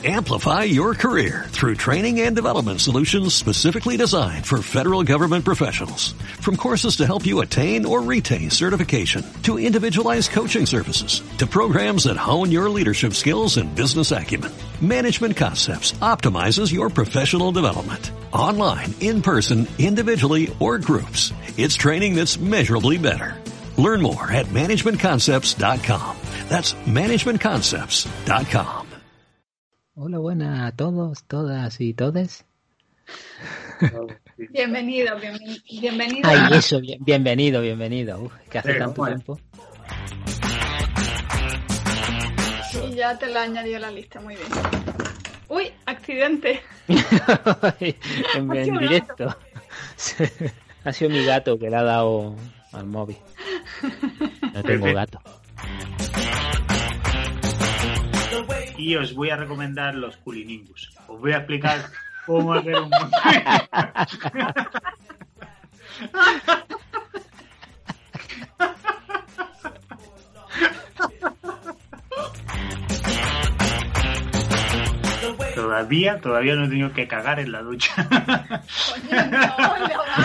Amplify your career through training and development solutions specifically designed for federal government professionals. From courses to help you attain or retain certification, to individualized coaching services, to programs that hone your leadership skills and business acumen, Management Concepts optimizes your professional development. Online, in person, individually, or groups, it's training that's measurably better. Learn more at managementconcepts.com. That's managementconcepts.com. Hola, buenas a todos, todas y todes. Bienvenido. Ay, eso, bienvenido. Uf, que hace tanto tiempo. Y ya te lo he añadido a la lista, muy bien. ¡Uy! ¡Accidente! en directo. Ha sido mi gato que le ha dado al móvil. No tengo gato. Y os voy a recomendar los Culinimbus. Os voy a explicar cómo hacer un Todavía no he tenido que cagar en la ducha. Coño, no,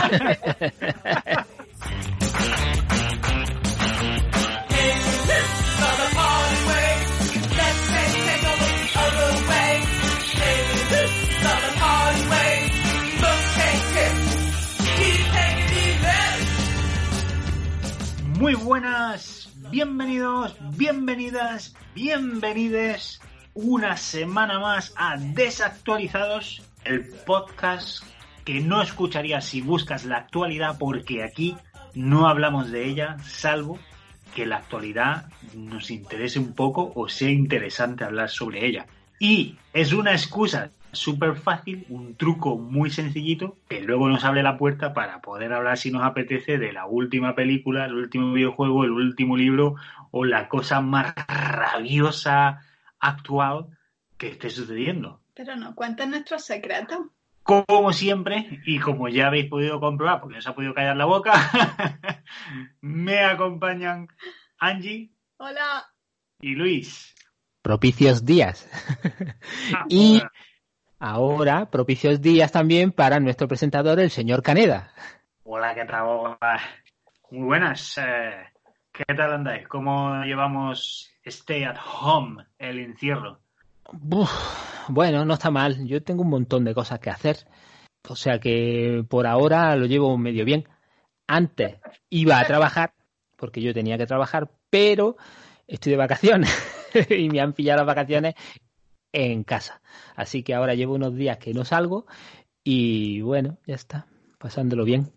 Muy buenas, bienvenidos, bienvenidas, bienvenides una semana más a Desactualizados, el podcast que no escucharías si buscas la actualidad, porque aquí no hablamos de ella, salvo que la actualidad nos interese un poco o sea interesante hablar sobre ella. Y es una excusa súper fácil, un truco muy sencillito que luego nos abre la puerta para poder hablar, si nos apetece, de la última película, el último videojuego, el último libro o la cosa más rabiosa actual que esté sucediendo. Pero no cuenten nuestros secretos. Como siempre, y como ya habéis podido comprobar, porque no se ha podido callar la boca, me acompañan Angie. Hola. Y Luis. Propicios días. Y ahora, propicios días también para nuestro presentador, el señor Caneda. Hola, ¿qué tal? Muy buenas. ¿Qué tal andáis? ¿Cómo llevamos stay at home, el encierro? Bueno, no está mal. Yo tengo un montón de cosas que hacer. O sea que por ahora lo llevo medio bien. Antes iba a trabajar, porque yo tenía que trabajar, pero estoy de vacaciones y me han pillado las vacaciones en casa. Así que ahora llevo unos días que no salgo y bueno, ya está, pasándolo bien.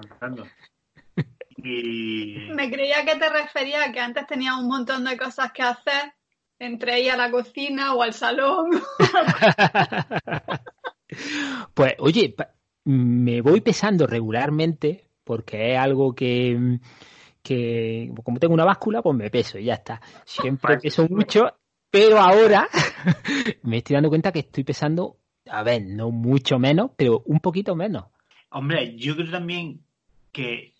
Y... Me creía que te refería a que antes tenías un montón de cosas que hacer, entre ir a la cocina o al salón. Pues oye, me voy pesando regularmente porque es algo que como tengo una báscula, pues me peso y ya está. Siempre peso mucho, pero ahora me estoy dando cuenta que estoy pesando, a ver, no mucho menos, pero un poquito menos. Hombre, yo creo también que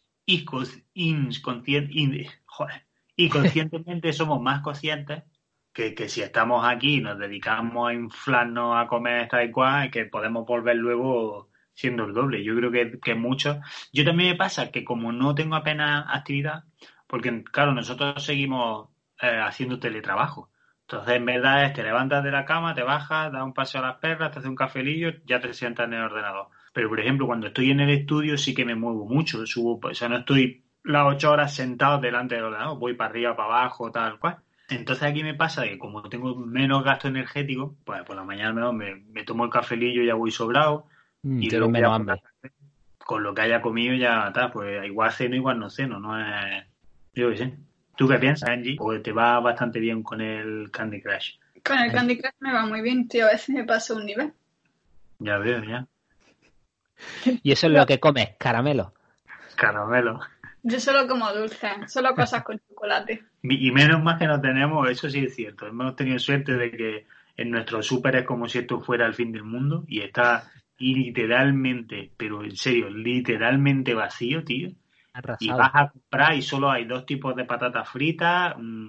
conscientemente somos más conscientes que si estamos aquí y nos dedicamos a inflarnos, a comer tal y cual, que podemos volver luego siendo el doble. Yo creo que mucho. Yo también me pasa que como no tengo apenas actividad, porque claro, nosotros seguimos haciendo teletrabajo. Entonces, en verdad, te levantas de la cama, te bajas, das un paseo a las perras, te haces un cafelillo, ya te sientas en el ordenador. Pero, por ejemplo, cuando estoy en el estudio sí que me muevo mucho. O sea, no estoy las 8 horas sentado delante del ordenador, voy para arriba, para abajo, tal cual. Entonces aquí me pasa que como tengo menos gasto energético, pues por la mañana al menos me tomo el cafelillo y ya voy sobrado. Y luego menos hambre. Con lo que haya comido ya está, pues igual ceno, igual no ceno, no es... Yo qué sé. ¿Tú qué piensas, Angie? Pues te va bastante bien con el Candy Crush. Con el Candy Crush me va muy bien, tío. A veces me paso un nivel. Ya veo, ya. ¿Y eso es lo que comes? ¿Caramelo? Caramelo. Yo solo como dulce, solo cosas con chocolate. Y menos más que no tenemos, eso sí es cierto. Hemos tenido suerte de que en nuestro súper es como si esto fuera el fin del mundo y está literalmente, pero en serio, literalmente vacío, tío. Arrasado. Y vas a comprar y solo hay 2 tipos de patatas fritas,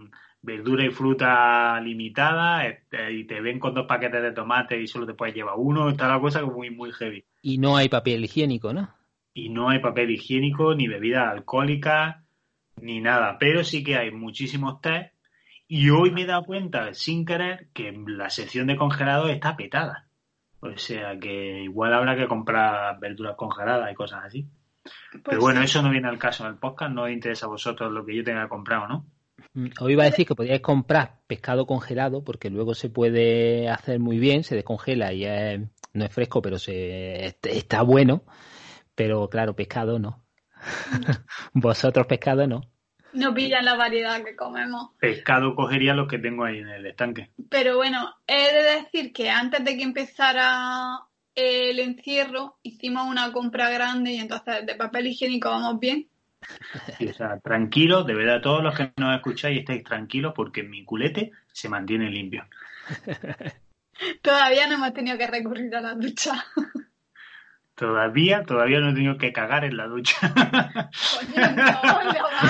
verdura y fruta limitada, y te ven con 2 paquetes de tomate y solo te puedes llevar uno, está la cosa muy, muy heavy. Y no hay papel higiénico, ¿no? Y no hay papel higiénico, ni bebida alcohólica, ni nada. Pero sí que hay muchísimos test. Y hoy me he dado cuenta, sin querer, que la sección de congelados está petada. O sea que igual habrá que comprar verduras congeladas y cosas así. Pues pero bueno, sí. eso no viene al caso en el podcast, no os interesa a vosotros lo que yo tenga comprado, ¿no? Os iba a decir que podíais comprar pescado congelado porque luego se puede hacer muy bien, se descongela y no es fresco, pero está bueno. Pero claro, pescado no. Vosotros pescado no. No pillan la variedad que comemos. Pescado cogería los que tengo ahí en el estanque. Pero bueno, he de decir que antes de que empezara el encierro, hicimos una compra grande y entonces de papel higiénico vamos bien. Sí, o sea, tranquilos, de verdad, todos los que nos escucháis estáis tranquilos porque mi culete se mantiene limpio. Todavía no hemos tenido que recurrir a la ducha. Todavía no he tenido que cagar en la ducha. Coño, no,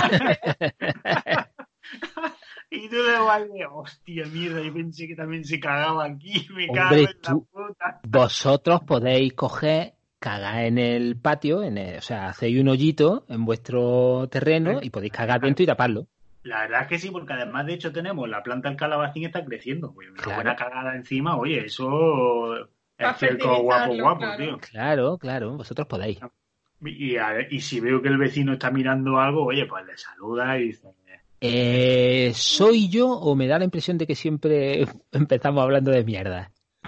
Y tú de balde, hostia, mierda, yo pensé que también se cagaba aquí, me cago Hombre, en la puta. vosotros podéis coger, cagar en el patio, o sea, hacéis un hoyito en vuestro terreno y podéis cagar dentro y taparlo. La verdad es que sí, porque además de hecho tenemos la planta del calabacín está creciendo. Pues una Claro. buena cagada encima, oye, eso Pa' es cerco guapo, fertilizarlo, Claro, tío. vosotros podéis. Y si veo que el vecino está mirando algo, oye, pues le saluda y dice... ¿Soy yo o me da la impresión de que siempre empezamos hablando de mierda?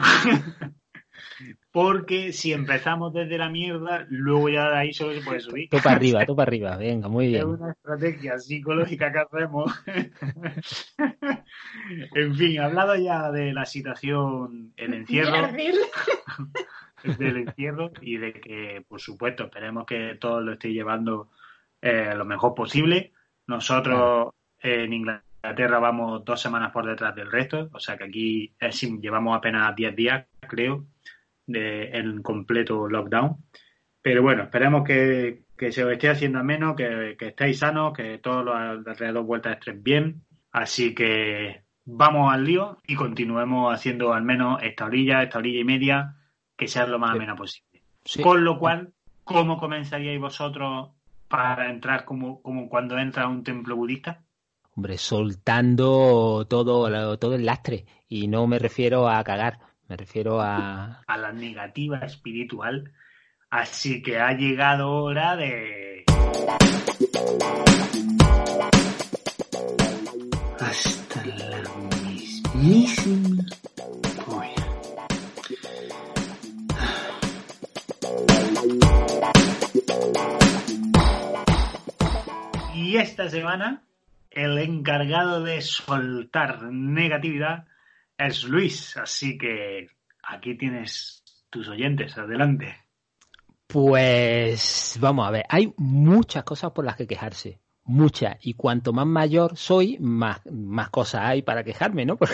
Porque si empezamos desde la mierda, luego ya de ahí solo se puede subir. Tú para arriba, venga, muy Es bien. una estrategia psicológica que hacemos. En fin, hablado ya de la situación, el encierro, del encierro y de que, por supuesto, esperemos que todos lo estéis llevando lo mejor posible. Nosotros en Inglaterra vamos 2 semanas por detrás del resto, o sea que aquí llevamos apenas 10 días, creo, en completo lockdown. Pero bueno, esperemos que se os esté haciendo menos, que estéis sanos, que todos los alrededor vueltas estén bien. Así que vamos al lío y continuemos haciendo al menos esta orilla y media, que sea lo más amena posible. Sí. Con lo cual, ¿cómo comenzaríais vosotros para entrar como cuando entra a un templo budista? Hombre, soltando todo el lastre. Y no me refiero a cagar, me refiero a la negativa espiritual. Así que ha llegado hora de... Hasta la mismísima polla. Y esta semana, el encargado de soltar negatividad es Luis. Así que aquí tienes tus oyentes. Adelante. Pues vamos a ver, hay muchas cosas por las que quejarse, muchas, y cuanto más mayor soy, más cosas hay para quejarme, ¿no?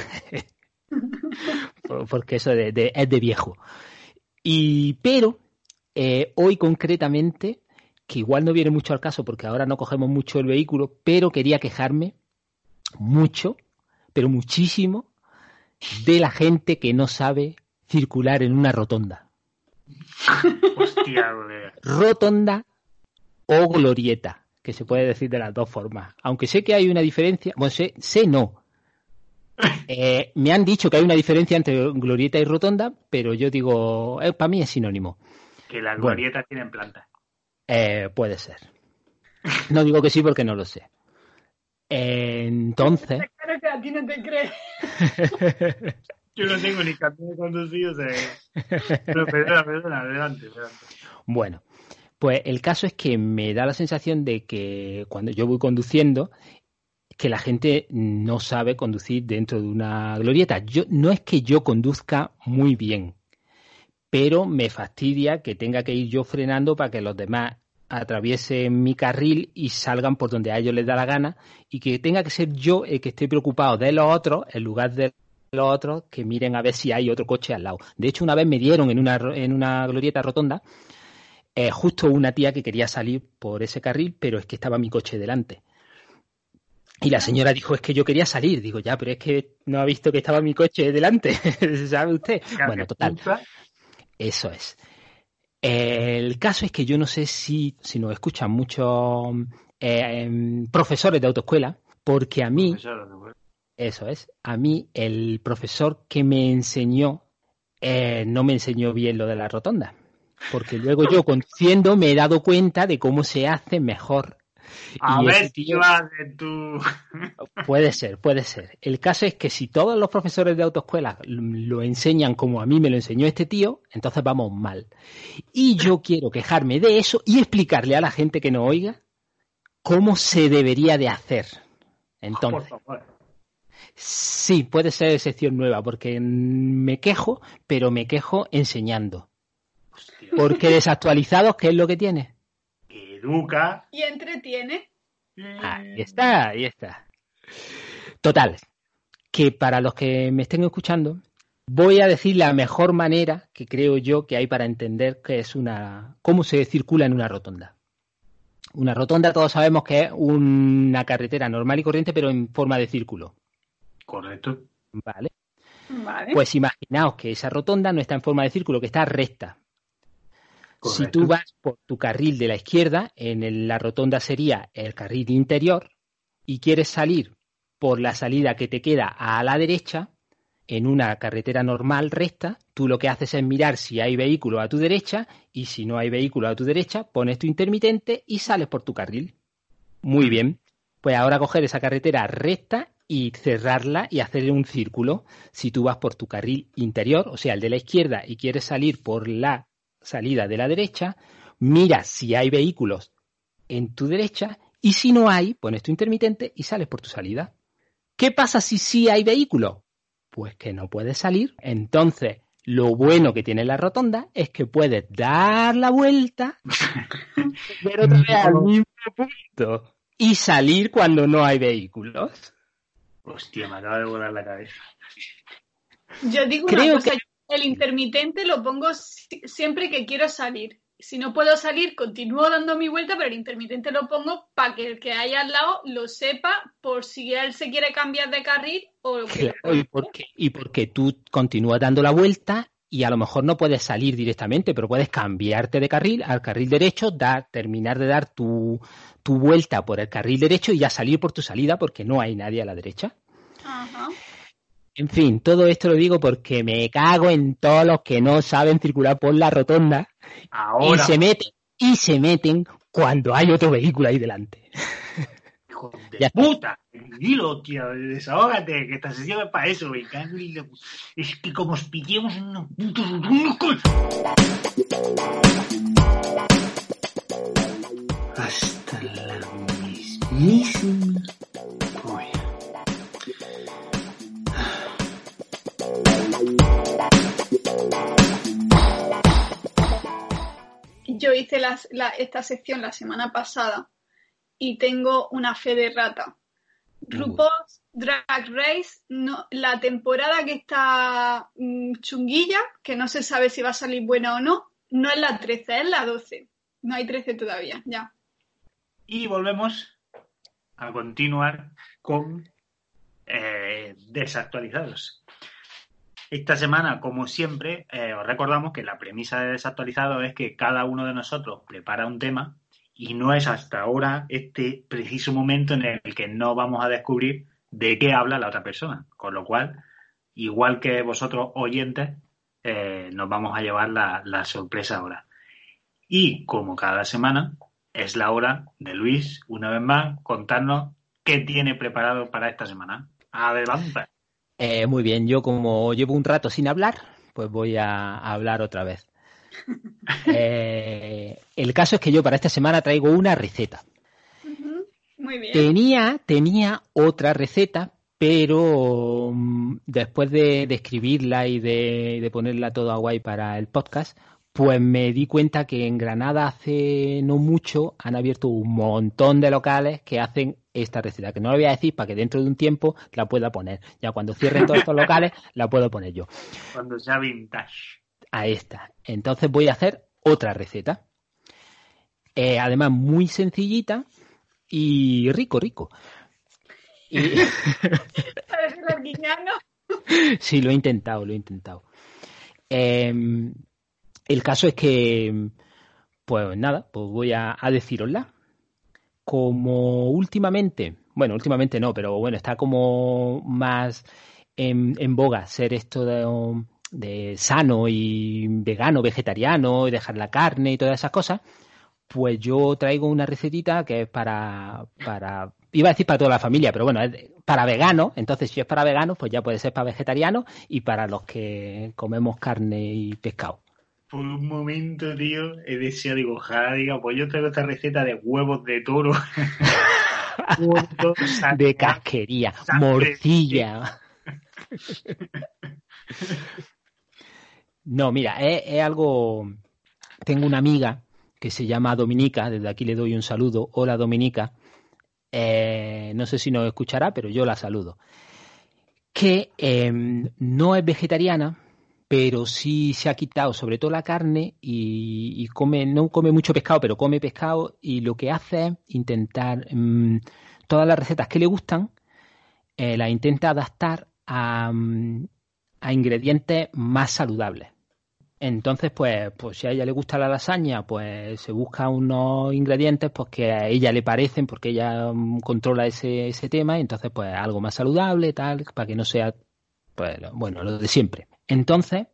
Porque eso es de viejo. Pero hoy concretamente, que igual no viene mucho al caso porque ahora no cogemos mucho el vehículo, pero quería quejarme mucho, pero muchísimo, de la gente que no sabe circular en una rotonda. Hostia, güey. Rotonda o glorieta, que se puede decir de las dos formas. Aunque sé que hay una diferencia, bueno, sé no. Me han dicho que hay una diferencia entre glorieta y rotonda, pero yo digo, para mí es sinónimo. Que las glorietas tienen plantas. Puede ser. No digo que sí porque no lo sé. Entonces... Claro que a ti no te crees. Yo no tengo ni carnet de conducir, o sea... Pero perdona, adelante. Bueno, pues el caso es que me da la sensación de que cuando yo voy conduciendo, que la gente no sabe conducir dentro de una glorieta. No es que yo conduzca muy bien, pero me fastidia que tenga que ir yo frenando para que los demás atraviesen mi carril y salgan por donde a ellos les da la gana, y que tenga que ser yo el que esté preocupado de los otros en lugar de los otros que miren a ver si hay otro coche al lado. De hecho, una vez me dieron en una glorieta rotonda justo una tía que quería salir por ese carril, pero es que estaba mi coche delante. Y la señora dijo, es que yo quería salir. Digo, ya, pero es que no ha visto que estaba mi coche delante, ¿sabe usted? Bueno, total. Eso es. El caso es que yo no sé si nos escuchan muchos profesores de autoescuela, porque a mí, eso es, a mí el profesor que me enseñó no me enseñó bien lo de la rotonda, porque luego yo conduciendo me he dado cuenta de cómo se hace mejor. A ver si vas de tu... Puede ser. El caso es que si todos los profesores de autoescuela lo enseñan como a mí me lo enseñó este tío, entonces vamos mal. Y yo quiero quejarme de eso y explicarle a la gente que nos oiga cómo se debería de hacer. Entonces, por favor. Sí, puede ser excepción nueva, porque me quejo, pero me quejo enseñando. Hostia. Porque desactualizados, ¿qué es lo que tiene? Educa. Y entretiene. Ahí está. Total, que para los que me estén escuchando, voy a decir la mejor manera que creo yo que hay para entender qué es cómo se circula en una rotonda. Una rotonda todos sabemos que es una carretera normal y corriente, pero en forma de círculo. Correcto. Vale. Pues imaginaos que esa rotonda no está en forma de círculo, que está recta. Correcto. Si tú vas por tu carril de la izquierda, en la rotonda sería el carril interior, y quieres salir por la salida que te queda a la derecha, en una carretera normal recta, tú lo que haces es mirar si hay vehículos a tu derecha, y si no hay vehículos a tu derecha, pones tu intermitente y sales por tu carril. Muy bien. Pues ahora coger esa carretera recta y cerrarla y hacer un círculo. Si tú vas por tu carril interior, o sea, el de la izquierda, y quieres salir por la salida de la derecha, mira si hay vehículos en tu derecha y si no hay, pones tu intermitente y sales por tu salida. ¿Qué pasa si sí hay vehículos? Pues que no puedes salir. Entonces, lo bueno que tiene la rotonda es que puedes dar la vuelta pero otra vez al mismo punto y salir cuando no hay vehículos. Hostia, me acaba de volar la cabeza. Yo digo una cosa, el intermitente lo pongo siempre que quiero salir. Si no puedo salir, continúo dando mi vuelta, pero el intermitente lo pongo para que el que haya al lado lo sepa por si él se quiere cambiar de carril o lo que... Claro, y porque tú continúas dando la vuelta y a lo mejor no puedes salir directamente, pero puedes cambiarte de carril al carril derecho, terminar de dar tu vuelta por el carril derecho y ya salir por tu salida porque no hay nadie a la derecha. Ajá. En fin, todo esto lo digo porque me cago en todos los que no saben circular por la rotonda. Ahora. Y se meten cuando hay otro vehículo ahí delante. Hijo de puta, dilo, tío, desahógate, que esta sesión es para eso, güey. Es que como os pillemos en unos putos... Hasta la mismísima polla. Yo hice esta sección la semana pasada y tengo una fe de rata. RuPaul's Drag Race, no, la temporada que está chunguilla, que no se sabe si va a salir buena o no, no es la 13, es la 12. No hay 13 todavía, ya. Y volvemos a continuar con desactualizados. Esta semana, como siempre, os recordamos que la premisa de Desactualizado es que cada uno de nosotros prepara un tema y no es hasta ahora este preciso momento en el que no vamos a descubrir de qué habla la otra persona. Con lo cual, igual que vosotros oyentes, nos vamos a llevar la sorpresa ahora. Y como cada semana, es la hora de Luis, una vez más, contarnos qué tiene preparado para esta semana. Adelante. Muy bien, yo como llevo un rato sin hablar, pues voy a hablar otra vez. El caso es que yo para esta semana traigo una receta. Muy bien. Tenía otra receta, pero después de escribirla y de ponerla toda guay para el podcast, pues me di cuenta que en Granada hace no mucho han abierto un montón de locales que hacen esta receta, que no lo voy a decir para que dentro de un tiempo la pueda poner. Ya cuando cierren todos estos locales, la puedo poner yo. Cuando sea vintage. Ahí está. Entonces voy a hacer otra receta. Además, muy sencillita y rico. Parece el arguiñano. Sí, lo he intentado. El caso es que, pues nada, pues voy a decirosla. Como últimamente no, pero bueno, está como más en boga ser esto de sano y vegano, vegetariano, y dejar la carne y todas esas cosas, pues yo traigo una recetita que es para iba a decir para toda la familia, pero bueno, es para veganos. Entonces si es para veganos, pues ya puede ser para vegetarianos y para los que comemos carne y pescado. Por un momento, tío, he deseado, digo, ojalá diga, pues yo traigo esta receta de huevos de toro. De casquería, morcilla. No, mira, es algo... Tengo una amiga que se llama Dominica, desde aquí le doy un saludo. Hola, Dominica. No sé si nos escuchará, pero yo la saludo. Que no es vegetariana, pero sí se ha quitado sobre todo la carne y no come mucho pescado, pero come pescado, y lo que hace es intentar todas las recetas que le gustan, las intenta adaptar a ingredientes más saludables. Entonces, pues si a ella le gusta la lasaña, pues se busca unos ingredientes pues que a ella le parecen, porque ella controla ese tema, y entonces pues algo más saludable, tal, para que no sea, pues bueno, lo de siempre. Entonces,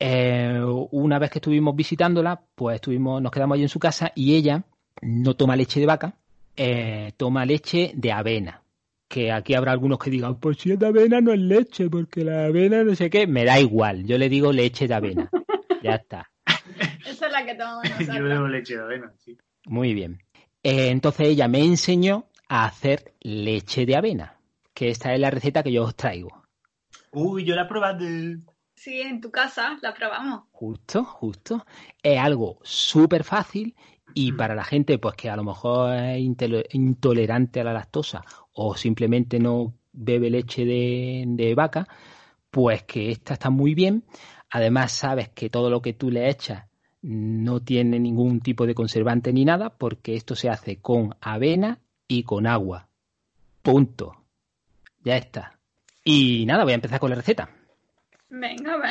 una vez que estuvimos visitándola, pues nos quedamos allí en su casa, y ella no toma leche de vaca, toma leche de avena. Que aquí habrá algunos que digan, pues si es de avena no es leche, porque la avena no sé qué. Me da igual, yo le digo leche de avena. Ya está. Esa es la que tomamos nosotros. Yo bebo leche de avena, sí. Muy bien. Entonces ella me enseñó a hacer leche de avena, que esta es la receta que yo os traigo. Uy, yo la he probado. Sí, en tu casa la probamos. Justo. Es algo súper fácil, y para la gente pues que a lo mejor es intolerante a la lactosa o simplemente no bebe leche de vaca, pues que esta está muy bien. Además sabes que todo lo que tú le echas no tiene ningún tipo de conservante ni nada, porque esto se hace con avena y con agua. Punto. Ya está. Y nada, voy a empezar con la receta. Venga, a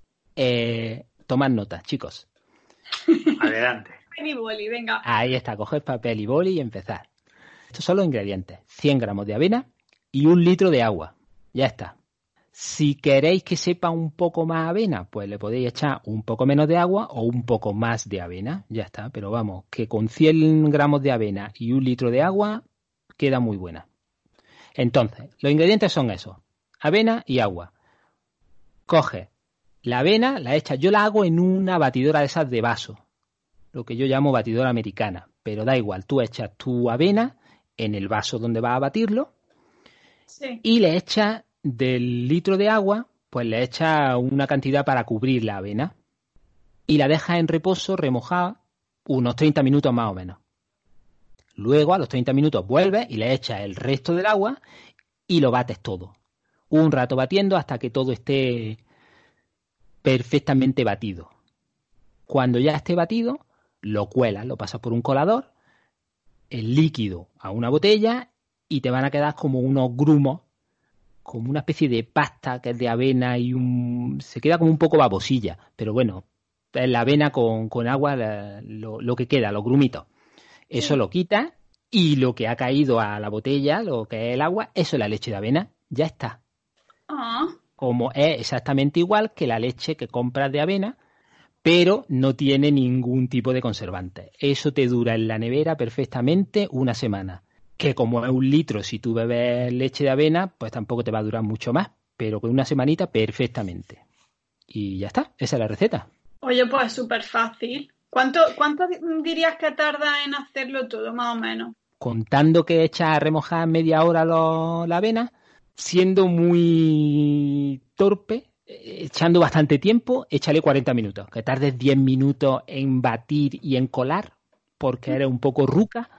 ver. Tomad nota, chicos. Adelante. Papel y boli, venga. Ahí está, coger papel y boli y empezar. Estos son los ingredientes. 100 gramos de avena y 1 litro de agua. Ya está. Si queréis que sepa un poco más avena, pues le podéis echar un poco menos de agua o un poco más de avena. Ya está, pero vamos, que con 100 gramos de avena y 1 litro de agua queda muy buena. Entonces, los ingredientes son esos. Avena y agua. Coge la avena, la echas. Yo la hago en una batidora de esas de vaso, lo que yo llamo batidora americana, pero da igual, tú echas tu avena en el vaso donde vas a batirlo, sí, y le echas del litro de agua, pues le echas una cantidad para cubrir la avena y la dejas en reposo remojada unos 30 minutos más o menos. Luego a los 30 minutos vuelves y le echas el resto del agua y lo bates todo. Un rato batiendo hasta que todo esté perfectamente batido. Cuando ya esté batido, lo cuelas, lo pasas por un colador, el líquido a una botella, y te van a quedar como unos grumos, como una especie de pasta que es de avena y se queda como un poco babosilla, pero bueno, es la avena con agua lo que queda, los grumitos. Eso lo quitas, y lo que ha caído a la botella, lo que es el agua, eso es la leche de avena, ya está. Como es exactamente igual que la leche que compras de avena, pero no tiene ningún tipo de conservante. Eso te dura en la nevera perfectamente una semana. Que como es 1 litro, si tú bebes leche de avena, pues tampoco te va a durar mucho más, pero con una semanita perfectamente. Y ya está, esa es la receta. Oye, pues es súper fácil. ¿Cuánto dirías que tarda en hacerlo todo, más o menos? Contando que echas a remojar media hora la avena, siendo muy torpe, echando bastante tiempo, échale 40 minutos. Que tardes 10 minutos en batir y en colar, porque eres un poco ruca.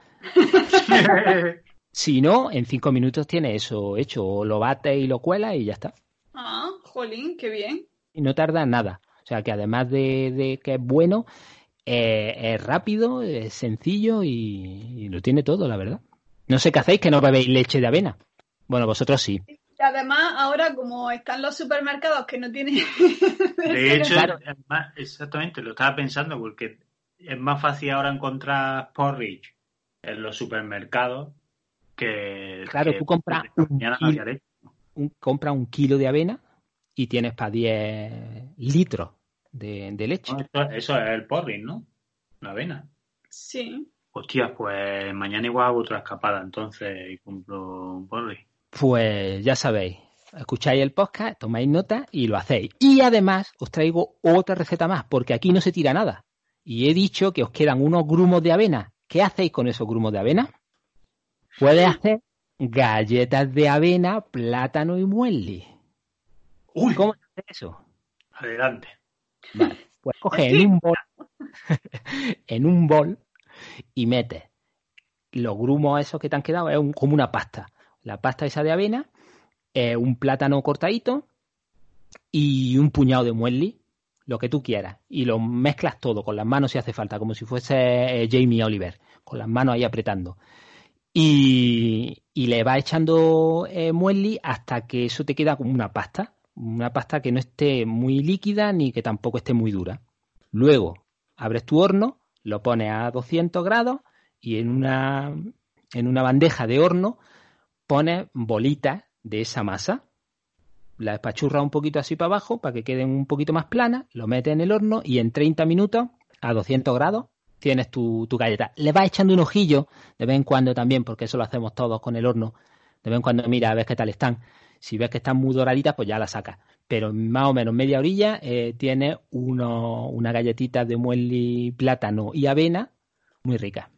Si no, en 5 minutos tienes eso hecho. O lo bates y lo cuelas y ya está. Ah, jolín, qué bien. Y no tarda nada. O sea que además de que es bueno, es rápido, es sencillo y lo tiene todo, la verdad. No sé qué hacéis que no bebéis leche de avena. Bueno, vosotros sí. Y además, ahora como están los supermercados que no tienen... De hecho, claro, exactamente, lo estaba pensando porque es más fácil ahora encontrar porridge en los supermercados que... Claro, tú compras compra 1 kilo de avena y tienes para 10 litros de leche. No, eso es el porridge, ¿no? La avena. Sí. Hostia, pues mañana igual hago otra escapada entonces y compro un porridge. Pues ya sabéis, escucháis el podcast, tomáis nota y lo hacéis. Y además os traigo otra receta más, porque aquí no se tira nada. Y he dicho que os quedan unos grumos de avena. ¿Qué hacéis con esos grumos de avena? Puedes hacer galletas de avena, plátano y muesli. Uy. ¿Cómo se hace eso? Adelante. Vale, pues coges en un bol y metes los grumos esos que te han quedado, es como una pasta. La pasta esa de avena, un plátano cortadito y un puñado de muesli, lo que tú quieras. Y lo mezclas todo con las manos si hace falta, como si fuese Jamie Oliver, con las manos ahí apretando. Y le vas echando muesli hasta que eso te queda como una pasta que no esté muy líquida ni que tampoco esté muy dura. Luego abres tu horno, lo pones a 200 grados y en una bandeja de horno pones bolitas de esa masa, la espachurras un poquito así para abajo para que queden un poquito más planas, lo metes en el horno y en 30 minutos a 200 grados tienes tu galleta. Le vas echando un ojillo de vez en cuando también, porque eso lo hacemos todos con el horno. De vez en cuando mira a ver qué tal están. Si ves que están muy doraditas, pues ya las sacas. Pero más o menos media orilla tienes una galletita de muesli, plátano y avena muy rica.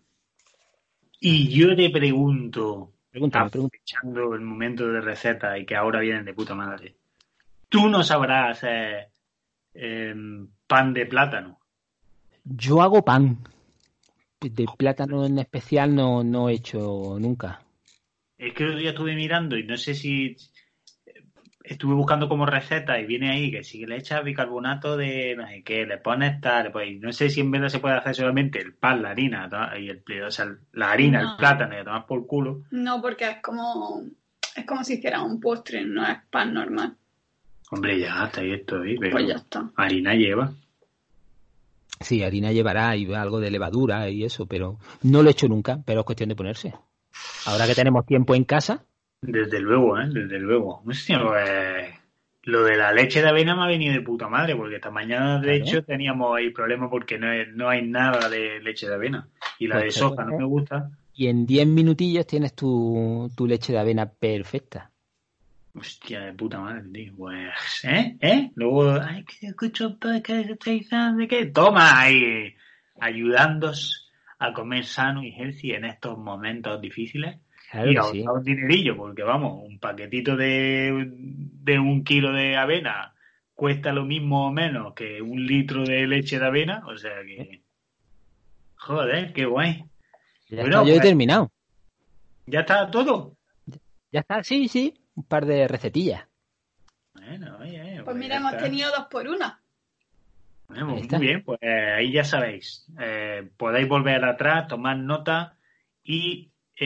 Y yo te pregunto, Pregúntame. Aprovechando el momento de receta y que ahora vienen de puta madre, ¿tú no sabrás hacer pan de plátano? Yo hago pan. De plátano en especial no he hecho nunca. Es que el otro día estuve mirando y no sé si... Estuve buscando como receta y viene ahí que si le echas bicarbonato de no sé qué, le pones tal, pues no sé si en vez de se puede hacer solamente el pan, la harina y o sea, la harina, el plátano y a tomar por culo. No, porque es como si hiciera un postre, no es pan normal. Hombre, ya está ahí esto, pero pues ya está. Harina lleva. Sí, harina llevará y algo de levadura y eso, pero no lo he hecho nunca, pero es cuestión de ponerse. Ahora que tenemos tiempo en casa. Desde luego, desde luego. Hostia, lo de la leche de avena me ha venido de puta madre, porque esta mañana, de hecho, teníamos ahí problemas porque no hay nada de leche de avena. Y la de soja no me gusta. Y en 10 minutillos tienes tu leche de avena perfecta. Hostia, de puta madre, tío. Pues, Luego, que escucho que de qué. Toma ahí, ayudándoos a comer sano y healthy en estos momentos difíciles. Claro y ahorrar un dinerillo, porque vamos, un paquetito de 1 kilo de avena cuesta lo mismo o menos que 1 litro de leche de avena, o sea que... Joder, qué guay. Ya está, yo he terminado. ¿Ya está todo? Ya está, sí, un par de recetillas. Bueno, pues mira, hemos tenido 2 por 1. Bueno, muy bien, pues ahí ya sabéis. Podéis volver atrás, tomar nota y...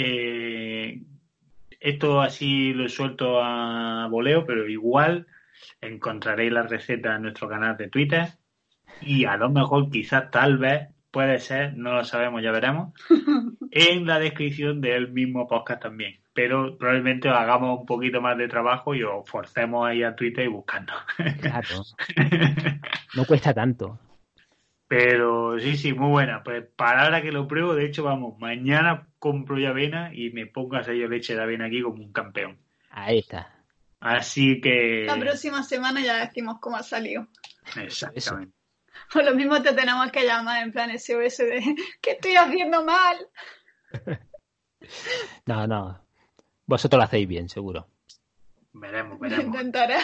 esto así lo suelto a voleo, pero igual encontraréis la receta en nuestro canal de Twitter y a lo mejor, quizás, tal vez, puede ser, no lo sabemos, ya veremos, en la descripción del mismo podcast también. Pero probablemente os hagamos un poquito más de trabajo y os forcemos ahí a Twitter y buscarnos. Claro. No cuesta tanto. Pero sí, muy buena. Pues para ahora que lo pruebo, de hecho, vamos, mañana compro ya avena y me pongo a hacer yo leche de avena aquí como un campeón. Ahí está. Así que... La próxima semana ya decimos cómo ha salido. Exactamente. O lo mismo te tenemos que llamar en plan SOS de ¿qué estoy haciendo mal? No. Vosotros lo hacéis bien, seguro. Veremos. Intentaré.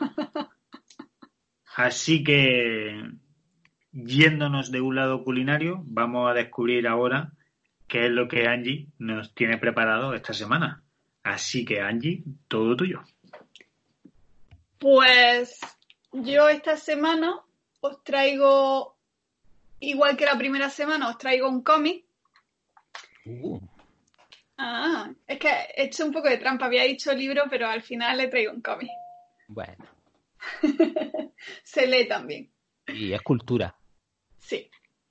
Así que... Yéndonos de un lado culinario, vamos a descubrir ahora qué es lo que Angie nos tiene preparado esta semana. Así que, Angie, todo tuyo. Pues yo esta semana os traigo, igual que la primera semana, os traigo un cómic. Ah, es que he hecho un poco de trampa. Había dicho libro, pero al final le traigo un cómic. Bueno, Se lee también. y es cultura. Sí.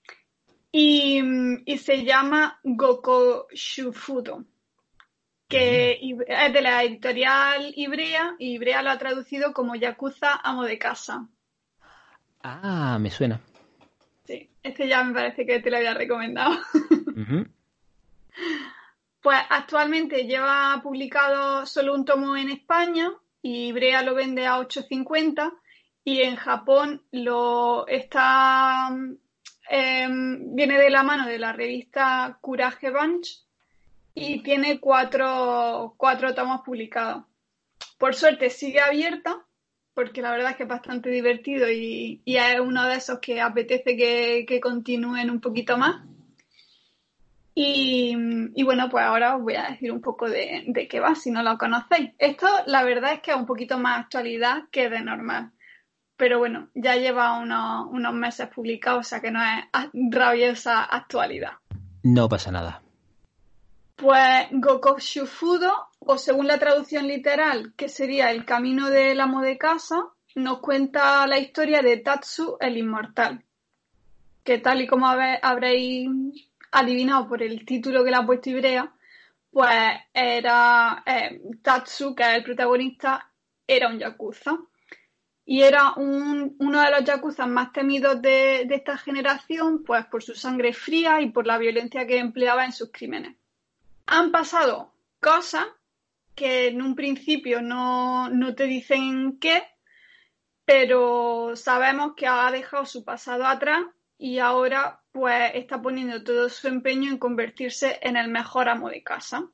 Y se llama Goko Shufudo, que es de la editorial Ibrea, y Ibrea lo ha traducido como Yakuza Amo de Casa. Ah, me suena. Sí, este ya me parece que te lo había recomendado. Ujú. Pues actualmente lleva publicado solo un tomo en España y Ibrea lo vende a 8,50 y en Japón lo está viene de la mano de la revista Courage Bunch y tiene cuatro tomos publicados. Por suerte sigue abierta, porque la verdad es que es bastante divertido y es uno de esos que apetece que continúen un poquito más. Y bueno, pues ahora os voy a decir un poco de qué va, si no lo conocéis. Esto, la verdad es que es un poquito más actualidad que de normal. Pero bueno, ya lleva unos meses publicado, o sea que no es rabiosa actualidad. No pasa nada. Pues Goko Shufudo, o según la traducción literal, que sería El camino del amo de casa, nos cuenta la historia de Tatsu el Inmortal, que tal y como habréis adivinado por el título que le ha puesto Ibrea, pues era Tatsu, que es el protagonista, era un yakuza. Y era uno de los yakuzas más temidos de esta generación, pues por su sangre fría y por la violencia que empleaba en sus crímenes. Han pasado cosas que en un principio no te dicen qué, pero sabemos que ha dejado su pasado atrás y ahora pues está poniendo todo su empeño en convertirse en el mejor amo de casa.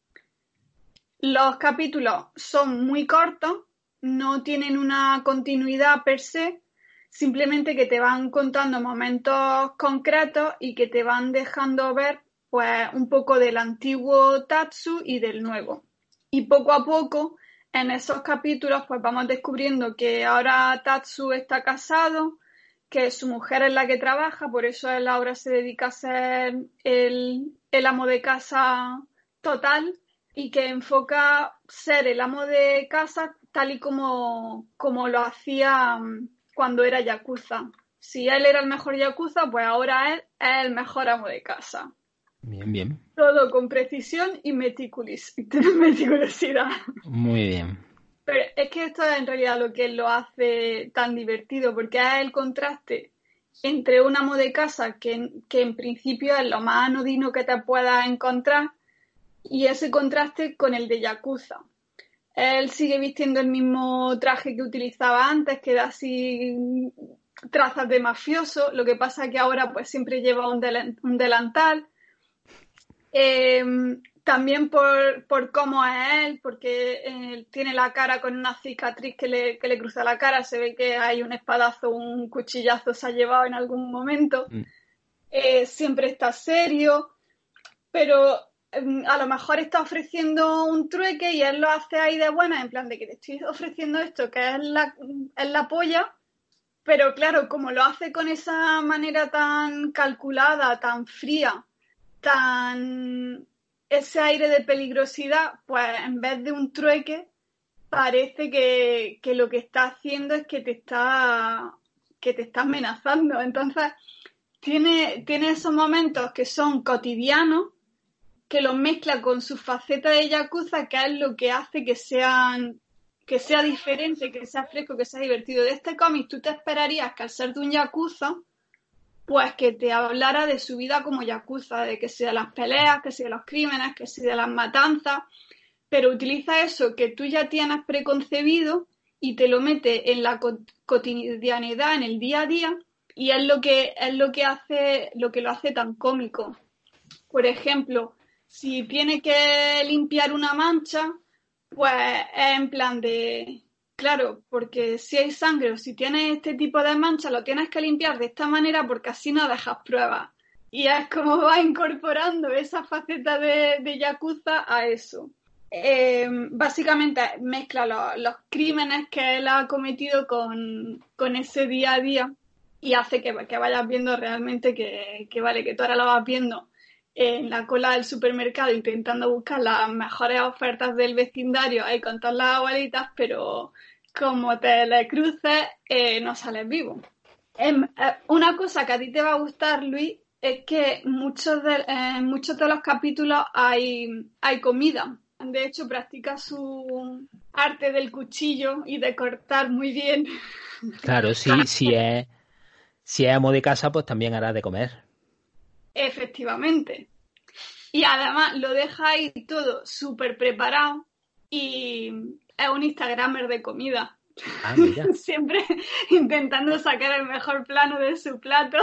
Los capítulos son muy cortos, no tienen una continuidad per se, simplemente que te van contando momentos concretos y que te van dejando ver pues un poco del antiguo Tatsu y del nuevo. Y poco a poco en esos capítulos pues vamos descubriendo que ahora Tatsu está casado, que su mujer es la que trabaja, por eso él ahora se dedica a ser el amo de casa total y que enfoca ser el amo de casa tal y como lo hacía cuando era yakuza. Si él era el mejor yakuza, pues ahora él es el mejor amo de casa. Bien, bien. Todo con precisión y meticulosidad. Muy bien. Pero es que esto es en realidad lo que lo hace tan divertido, porque es el contraste entre un amo de casa que en principio es lo más anodino que te puedas encontrar y ese contraste con el de yakuza. Él sigue vistiendo el mismo traje que utilizaba antes, que da así trazas de mafioso, lo que pasa que ahora pues siempre lleva un delantal. También por cómo es él, porque tiene la cara con una cicatriz que le cruza la cara, se ve que hay un espadazo, un cuchillazo se ha llevado en algún momento. Siempre está serio, pero a lo mejor está ofreciendo un trueque y él lo hace ahí de buena, en plan de que te estoy ofreciendo esto, que es la polla, pero claro, como lo hace con esa manera tan calculada, tan fría, tan ese aire de peligrosidad, pues en vez de un trueque, parece que lo que está haciendo es que te está amenazando. Entonces, tiene esos momentos que son cotidianos, que los mezcla con su faceta de yakuza, que es lo que hace que sea diferente, que sea fresco, que sea divertido. De este cómic tú te esperarías que al ser de un yakuza, pues que te hablara de su vida como yakuza, de que sea las peleas, que sea los crímenes, que sea las matanzas, pero utiliza eso que tú ya tienes preconcebido y te lo mete en la cotidianidad, en el día a día, y es lo que lo hace tan cómico. Por ejemplo, si tiene que limpiar una mancha, pues es en plan de, claro, porque si hay sangre o si tienes este tipo de mancha, lo tienes que limpiar de esta manera porque así no dejas pruebas. Y es como va incorporando esa faceta de yakuza a eso. Básicamente mezcla los crímenes que él ha cometido con ese día a día y hace que vayas viendo realmente que vale, que tú ahora lo vas viendo, en la cola del supermercado intentando buscar las mejores ofertas del vecindario ahí con todas las abuelitas, pero como te le cruces, no sales vivo. Una cosa que a ti te va a gustar, Luis, es que en muchos de los capítulos hay comida. De hecho, practica su arte del cuchillo y de cortar muy bien. Claro, sí, si es amo de casa, pues también hará de comer. Efectivamente. Y además lo deja ahí todo súper preparado y es un Instagramer de comida. Ah, mira. Siempre intentando sacar el mejor plano de su plato.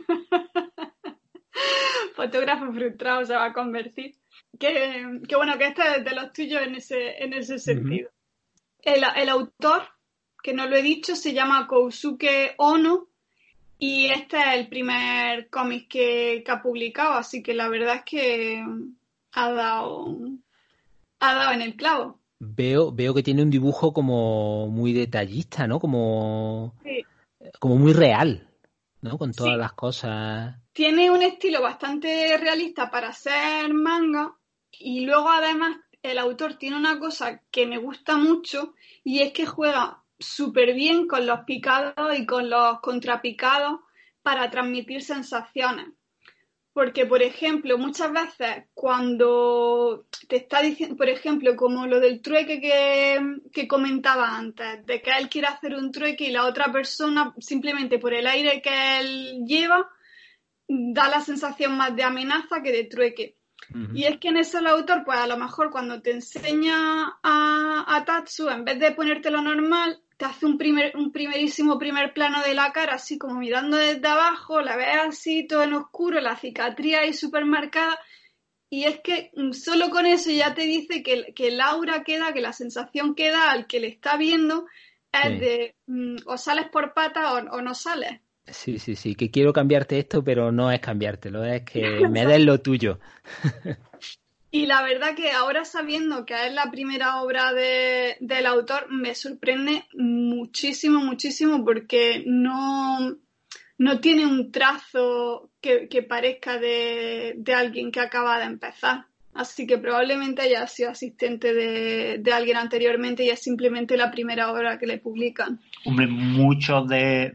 Fotógrafo frustrado se va a convertir. Que bueno, que este es de los tuyos en ese sentido. El autor, que no lo he dicho, se llama Kousuke Ono y este es el primer cómic que ha publicado, así que la verdad es que ha dado en el clavo. Veo que tiene un dibujo como muy detallista, ¿no? Sí. Como muy real, ¿no? Con todas las cosas. Tiene un estilo bastante realista para hacer manga y luego además el autor tiene una cosa que me gusta mucho y es que juega súper bien con los picados y con los contrapicados para transmitir sensaciones. Porque, por ejemplo, muchas veces cuando te está diciendo, por ejemplo, como lo del trueque que comentaba antes, de que él quiere hacer un trueque y la otra persona, simplemente por el aire que él lleva, da la sensación más de amenaza que de trueque. Uh-huh. Y es que en eso el autor, pues a lo mejor cuando te enseña a Tatsu, en vez de ponértelo normal, te hace un primerísimo primer plano de la cara, así como mirando desde abajo, la ves así todo en oscuro, la cicatriz ahí súper marcada, y es que solo con eso ya te dice que el aura que da, que la sensación que da al que le está viendo es de o sales por pata o no sales. Sí, que quiero cambiarte esto, pero no es cambiártelo, es que me des lo tuyo. Y la verdad que ahora sabiendo que es la primera obra del autor, me sorprende muchísimo, muchísimo, porque no tiene un trazo que parezca de alguien que acaba de empezar. Así que probablemente haya sido asistente de alguien anteriormente y es simplemente la primera obra que le publican. Hombre, muchos de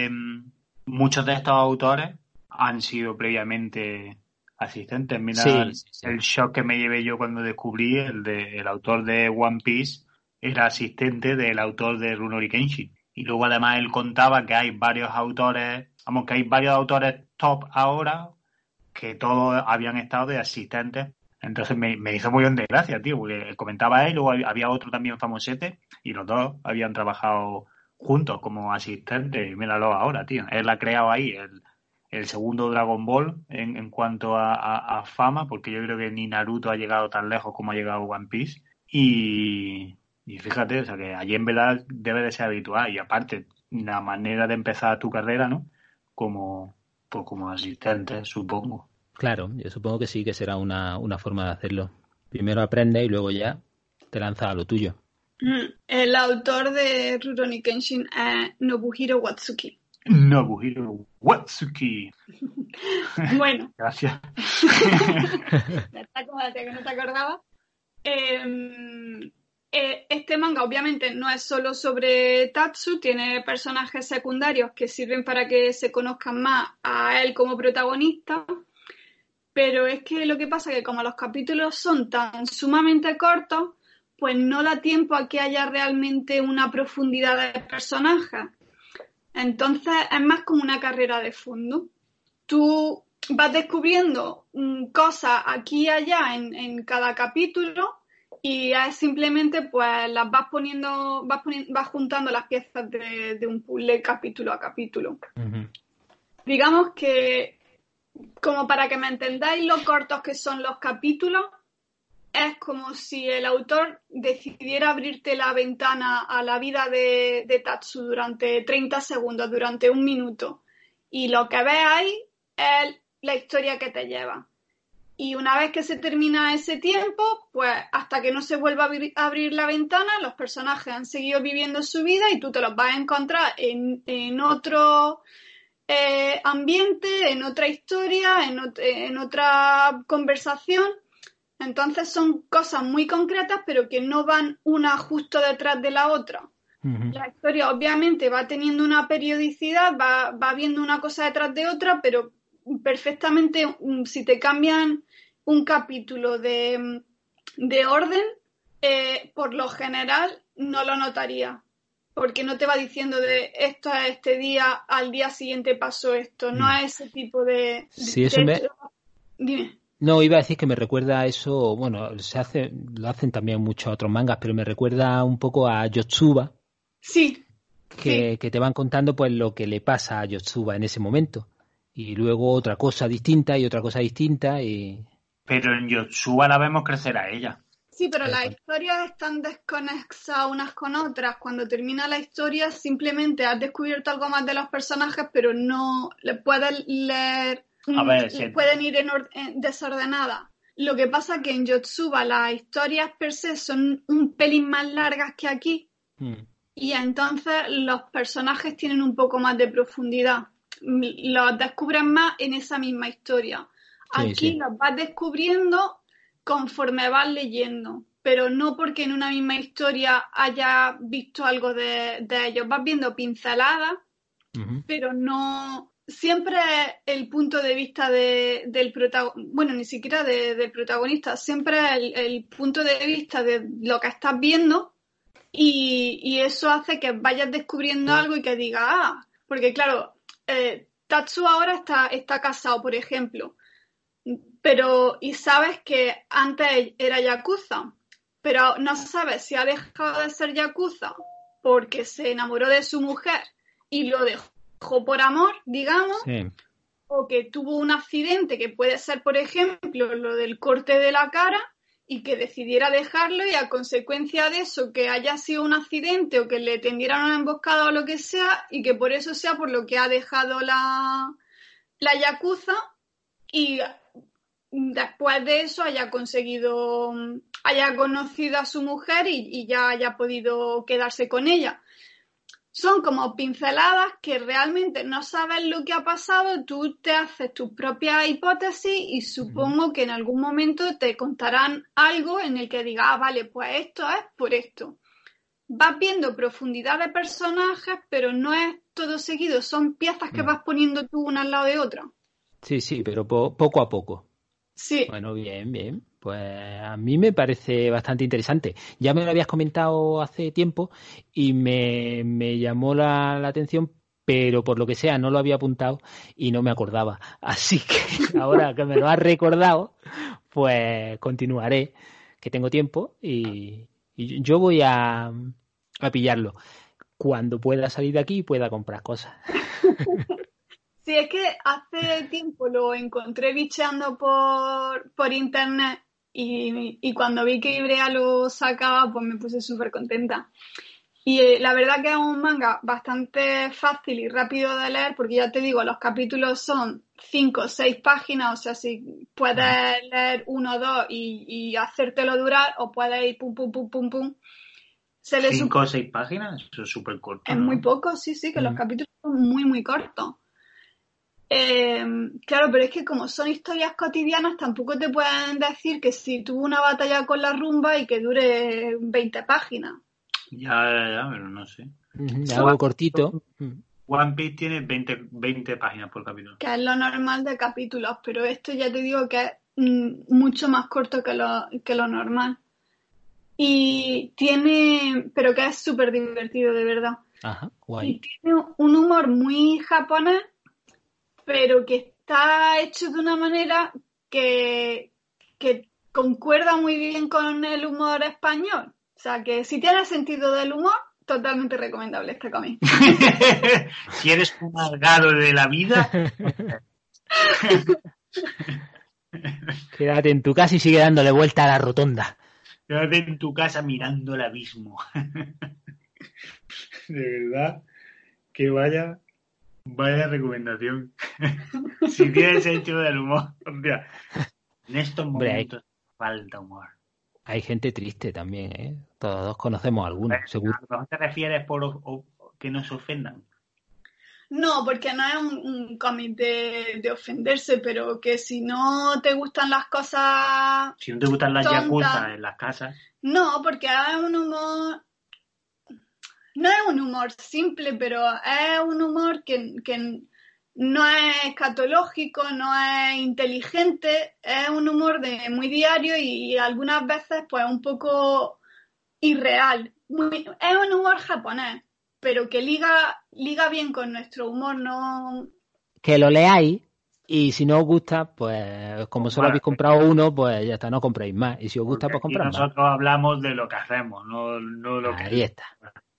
estos autores han sido previamente asistentes. Mira, el shock que me llevé yo cuando descubrí el autor de One Piece era asistente del autor de Rurouni Kenshin. Y luego además él contaba que hay varios autores top ahora que todos habían estado de asistentes. Entonces me hizo muy bien de gracia, tío, porque comentaba él, luego había otro también famosete y los dos habían trabajado juntos como asistentes. Míralo ahora, tío. Él ha creado ahí el segundo Dragon Ball en cuanto a fama, porque yo creo que ni Naruto ha llegado tan lejos como ha llegado One Piece. Y fíjate, o sea que allí en verdad debe de ser habitual. Y aparte, la manera de empezar tu carrera, ¿no? Como asistente, supongo. Claro, yo supongo que sí, que será una forma de hacerlo. Primero aprendes y luego ya te lanzas a lo tuyo. El autor de Rurouni Kenshin es Nobuhiro Watsuki. Nobuhiro Watsuki. Bueno. Gracias. Está como la tía que no te acordabas. Este manga obviamente no es solo sobre Tatsu, tiene personajes secundarios que sirven para que se conozcan más a él como protagonista, pero es que lo que pasa es que como los capítulos son tan sumamente cortos, pues no da tiempo a que haya realmente una profundidad de personajes. Entonces es más como una carrera de fondo. Tú vas descubriendo cosas aquí y allá en cada capítulo y es simplemente pues las vas juntando las piezas de un puzzle capítulo a capítulo. Uh-huh. Digamos que, como para que me entendáis lo cortos que son los capítulos, es como si el autor decidiera abrirte la ventana a la vida de Tatsu durante 30 segundos, durante 1 minuto. Y lo que ves ahí es la historia que te lleva. Y una vez que se termina ese tiempo, pues hasta que no se vuelva a abrir la ventana, los personajes han seguido viviendo su vida y tú te los vas a encontrar en otro ambiente, en otra historia, en otra conversación. Entonces son cosas muy concretas, pero que no van una justo detrás de la otra. Uh-huh. La historia obviamente va teniendo una periodicidad, va viendo una cosa detrás de otra, pero perfectamente si te cambian un capítulo de orden, por lo general no lo notaría, porque no te va diciendo de esto a este día, al día siguiente pasó esto, no es ese tipo de... Sí, eso Dime. No, iba a decir que me recuerda a eso, bueno, lo hacen también muchos otros mangas, pero me recuerda un poco a Yotsuba. Sí. Que te van contando pues lo que le pasa a Yotsuba en ese momento. Y luego otra cosa distinta y otra cosa distinta y... Pero en Yotsuba la vemos crecer a ella. Sí, pero las historias están desconexas unas con otras. Cuando termina la historia simplemente has descubierto algo más de los personajes, pero no le puedes leer... A ver, pueden ir desordenadas. Lo que pasa es que en Yotsuba las historias per se son un pelín más largas que aquí y entonces los personajes tienen un poco más de profundidad. Los descubres más en esa misma historia. Aquí los vas descubriendo conforme vas leyendo, pero no porque en una misma historia hayas visto algo de ellos. Vas viendo pinceladas, pero no... Siempre el punto de vista del protagonista, bueno, ni siquiera del protagonista, siempre el punto de vista de lo que estás viendo y eso hace que vayas descubriendo algo y que digas, porque claro, Tatsu ahora está casado, por ejemplo, y sabes que antes era yakuza, pero no sabes si ha dejado de ser yakuza porque se enamoró de su mujer y lo dejó por amor, digamos, o que tuvo un accidente que puede ser, por ejemplo, lo del corte de la cara y que decidiera dejarlo y a consecuencia de eso que haya sido un accidente o que le tendieran una emboscada o lo que sea y que por eso sea por lo que ha dejado la yakuza y después de eso haya conocido a su mujer y ya haya podido quedarse con ella. Son como pinceladas que realmente no sabes lo que ha pasado, tú te haces tus propias hipótesis y supongo que en algún momento te contarán algo en el que digas, vale, pues esto es por esto. Vas viendo profundidad de personajes, pero no es todo seguido, son piezas que vas poniendo tú una al lado de otra. Sí, pero poco a poco. Sí. Bueno, bien. Pues a mí me parece bastante interesante. Ya me lo habías comentado hace tiempo y me llamó la atención, pero por lo que sea no lo había apuntado y no me acordaba. Así que ahora que me lo has recordado, pues continuaré, que tengo tiempo y yo voy a pillarlo. Cuando pueda salir de aquí pueda comprar cosas. Sí, es que hace tiempo lo encontré bicheando por internet y cuando vi que Ibrea lo sacaba, pues me puse súper contenta. Y la verdad que es un manga bastante fácil y rápido de leer, porque ya te digo, los capítulos son 5 o 6 páginas, o sea, si puedes leer 1 o 2 y hacértelo durar, o puedes ir pum. 5 o 6 páginas, eso es súper corto. Es muy poco, sí, que los capítulos son muy cortos. Claro, pero es que como son historias cotidianas, tampoco te pueden decir que si tuvo una batalla con la rumba y que dure 20 páginas. Ya, pero no sé. Algo cortito. One Piece tiene 20 páginas por capítulo. Que es lo normal de capítulos, pero esto ya te digo que es mucho más corto que lo normal. Y pero que es súper divertido, de verdad. Ajá, guay. Y tiene un humor muy japonés, pero que está hecho de una manera que concuerda muy bien con el humor español. O sea, que si tienes sentido del humor, totalmente recomendable este cómic. Si eres un amargado de la vida... Quédate en tu casa y sigue dándole vuelta a la rotonda. Quédate en tu casa mirando el abismo. De verdad, que vaya recomendación. Si tienes sentido del humor. Hostia, en estos momentos falta humor. Hay gente triste también, ¿eh? Todos conocemos a algunos, seguro. ¿A lo mejor te refieres por que nos ofendan? No, porque no es un cómic de ofenderse, pero que si no te gustan las cosas Si no te gustan las tontas, yakuzas en las casas. No, porque es un humor... No es un humor simple, pero es un humor que no es escatológico, no es inteligente, es un humor de muy diario y algunas veces pues un poco irreal. Es un humor japonés, pero que liga bien con nuestro humor, no... Que lo leáis y si no os gusta, pues como solo habéis comprado uno, pues ya está, no compréis más. Y si os gusta, pues comprad más. Nosotros hablamos de lo que hacemos, no lo que... Ahí está.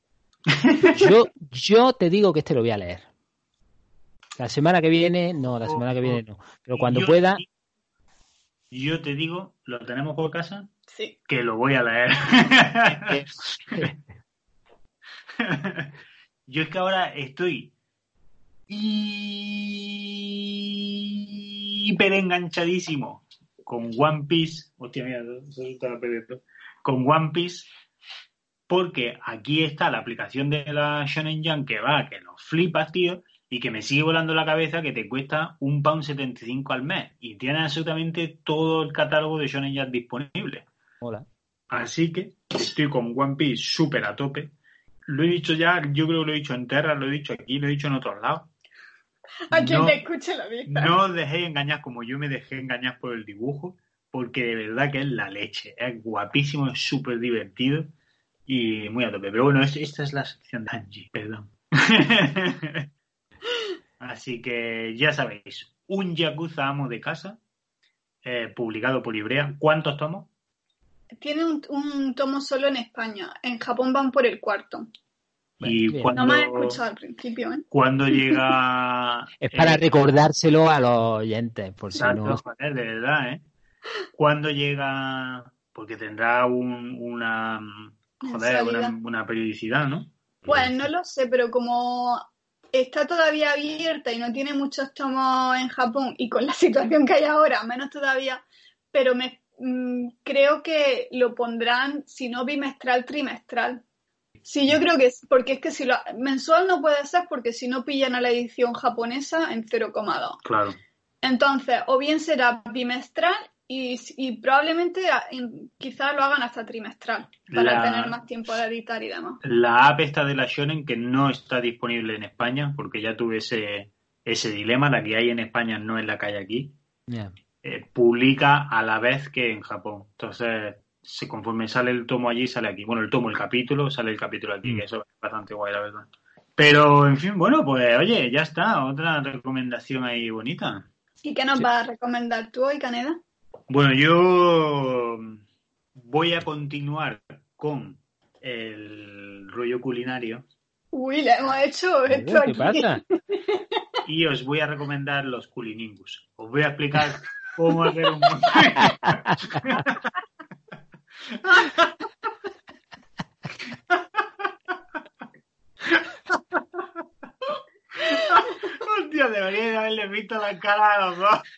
Yo te digo que este lo voy a leer. La semana que viene no. Pero cuando pueda... Yo te digo, ¿lo tenemos por casa? Sí. Que lo voy a leer. Yo es que ahora estoy hiper enganchadísimo con One Piece. Hostia, mira, se estaba perdiendo. Con One Piece, porque aquí está la aplicación de la Shonen Jump que lo flipas, tío, y que me sigue volando la cabeza que te cuesta £1,75 al mes y tienes absolutamente todo el catálogo de Shonen Jump disponible. Hola. Así que estoy con One Piece súper a tope. Lo he dicho ya, yo creo que lo he dicho en Terra, lo he dicho aquí, lo he dicho en otros lados. A quien te escuche la vista. No os dejéis engañar como yo me dejé engañar por el dibujo, porque de verdad que es la leche. Es guapísimo, es súper divertido y muy a tope. Pero bueno, esta es la sección de Angie, perdón. Así que ya sabéis, un Yakuza amo de casa, publicado por Ibrea. ¿Cuántos tomos? Tiene un tomo solo en España. En Japón van por el 4. Y cuando, no me has escuchado al principio, ¿eh? ¿Cuándo llega? Es para recordárselo a los oyentes, por si no... Joder, de verdad, ¿eh? ¿Cuándo llega? Porque tendrá una periodicidad, ¿no? Pues no lo sé, pero como está todavía abierta y no tiene muchos tomos en Japón y con la situación que hay ahora, menos todavía, pero creo que lo pondrán, si no bimestral, trimestral. Sí, yo creo que es, porque es que si mensual no puede ser porque si no pillan a la edición japonesa en 0,2. Claro. Entonces, o bien será bimestral y probablemente quizás lo hagan hasta trimestral para tener más tiempo de editar y demás. La app esta de la Shonen que no está disponible en España porque ya tuve ese dilema, la que hay en España no es la que hay aquí. Yeah. Publica a la vez que en Japón. Entonces, conforme sale el tomo allí, sale aquí. Bueno, el capítulo, sale el capítulo aquí, que eso es bastante guay, la verdad. Pero, en fin, bueno, pues oye, ya está. Otra recomendación ahí bonita. ¿Y qué nos vas a recomendar tú hoy, Caneda? Bueno, yo voy a continuar con el rollo culinario. Uy, le hemos hecho esto aquí. ¿Qué pasa? Y os voy a recomendar los culiningus. Os voy a explicar cómo hacer un... Hostia, debería haberle visto la cara a los dos.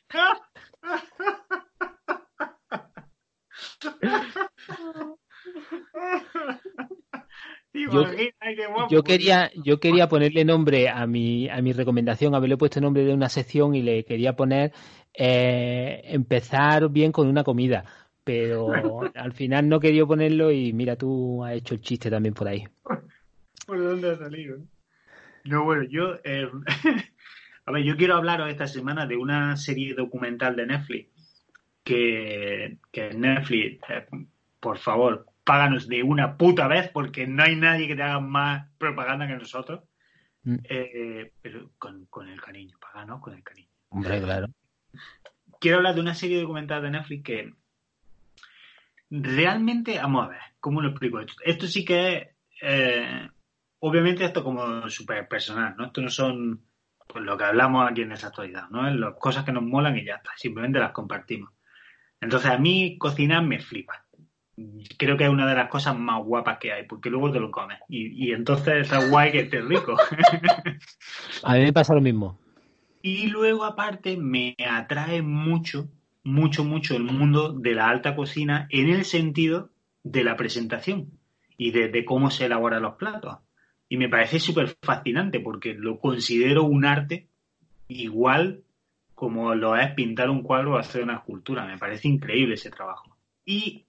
Yo quería ponerle nombre a mi recomendación, haberle puesto nombre de una sección y le quería poner empezar bien con una comida, pero al final no quería ponerlo y mira, tú has hecho el chiste también por ahí. ¿Por dónde ha salido? No, bueno, yo a ver, yo quiero hablaros esta semana de una serie documental de Netflix que Netflix, por favor, páganos de una puta vez porque no hay nadie que te haga más propaganda que nosotros. Pero con el cariño, páganos con el cariño. Hombre, claro. Quiero hablar de una serie documental de Netflix que realmente, vamos a ver, ¿cómo lo explico esto? Esto sí que es, obviamente esto como súper personal, ¿no? Esto no son pues, lo que hablamos aquí en esa actualidad, ¿no? Es las cosas que nos molan y ya está, simplemente las compartimos. Entonces a mí cocinar me flipa. Creo que es una de las cosas más guapas que hay, porque luego te lo comes. Y entonces está guay que estés rico. A mí me pasa lo mismo. Y luego, aparte, me atrae mucho el mundo de la alta cocina en el sentido de la presentación y de cómo se elaboran los platos. y me parece súper fascinante porque lo considero un arte igual como lo es pintar un cuadro o hacer una escultura. Me parece increíble ese trabajo. Y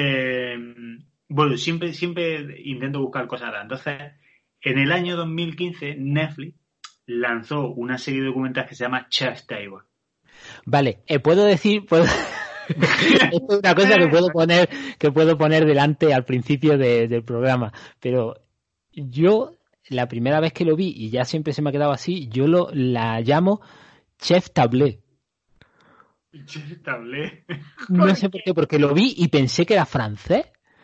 bueno, siempre intento buscar cosas raras. Entonces, en el año 2015, Netflix lanzó una serie de documentales que se llama Chef's Table. Vale, puedo decir, esto es una cosa que puedo poner delante al principio del programa, pero yo la primera vez que lo vi, y ya siempre se me ha quedado así, yo la llamo Chef Table. Chef Table. No sé por qué, porque lo vi y pensé que era francés.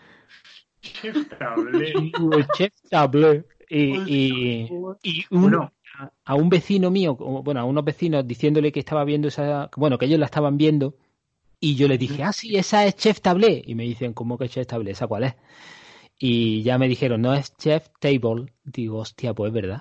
Chef Table. Chef Table. Y a un vecino mío, bueno, a unos vecinos diciéndole que estaba viendo que ellos la estaban viendo, y yo les dije, sí, esa es Chef Table. Y me dicen, ¿cómo que Chef Table? ¿Esa cuál es? Y ya me dijeron, no, es Chef Table. Digo, hostia, pues es verdad.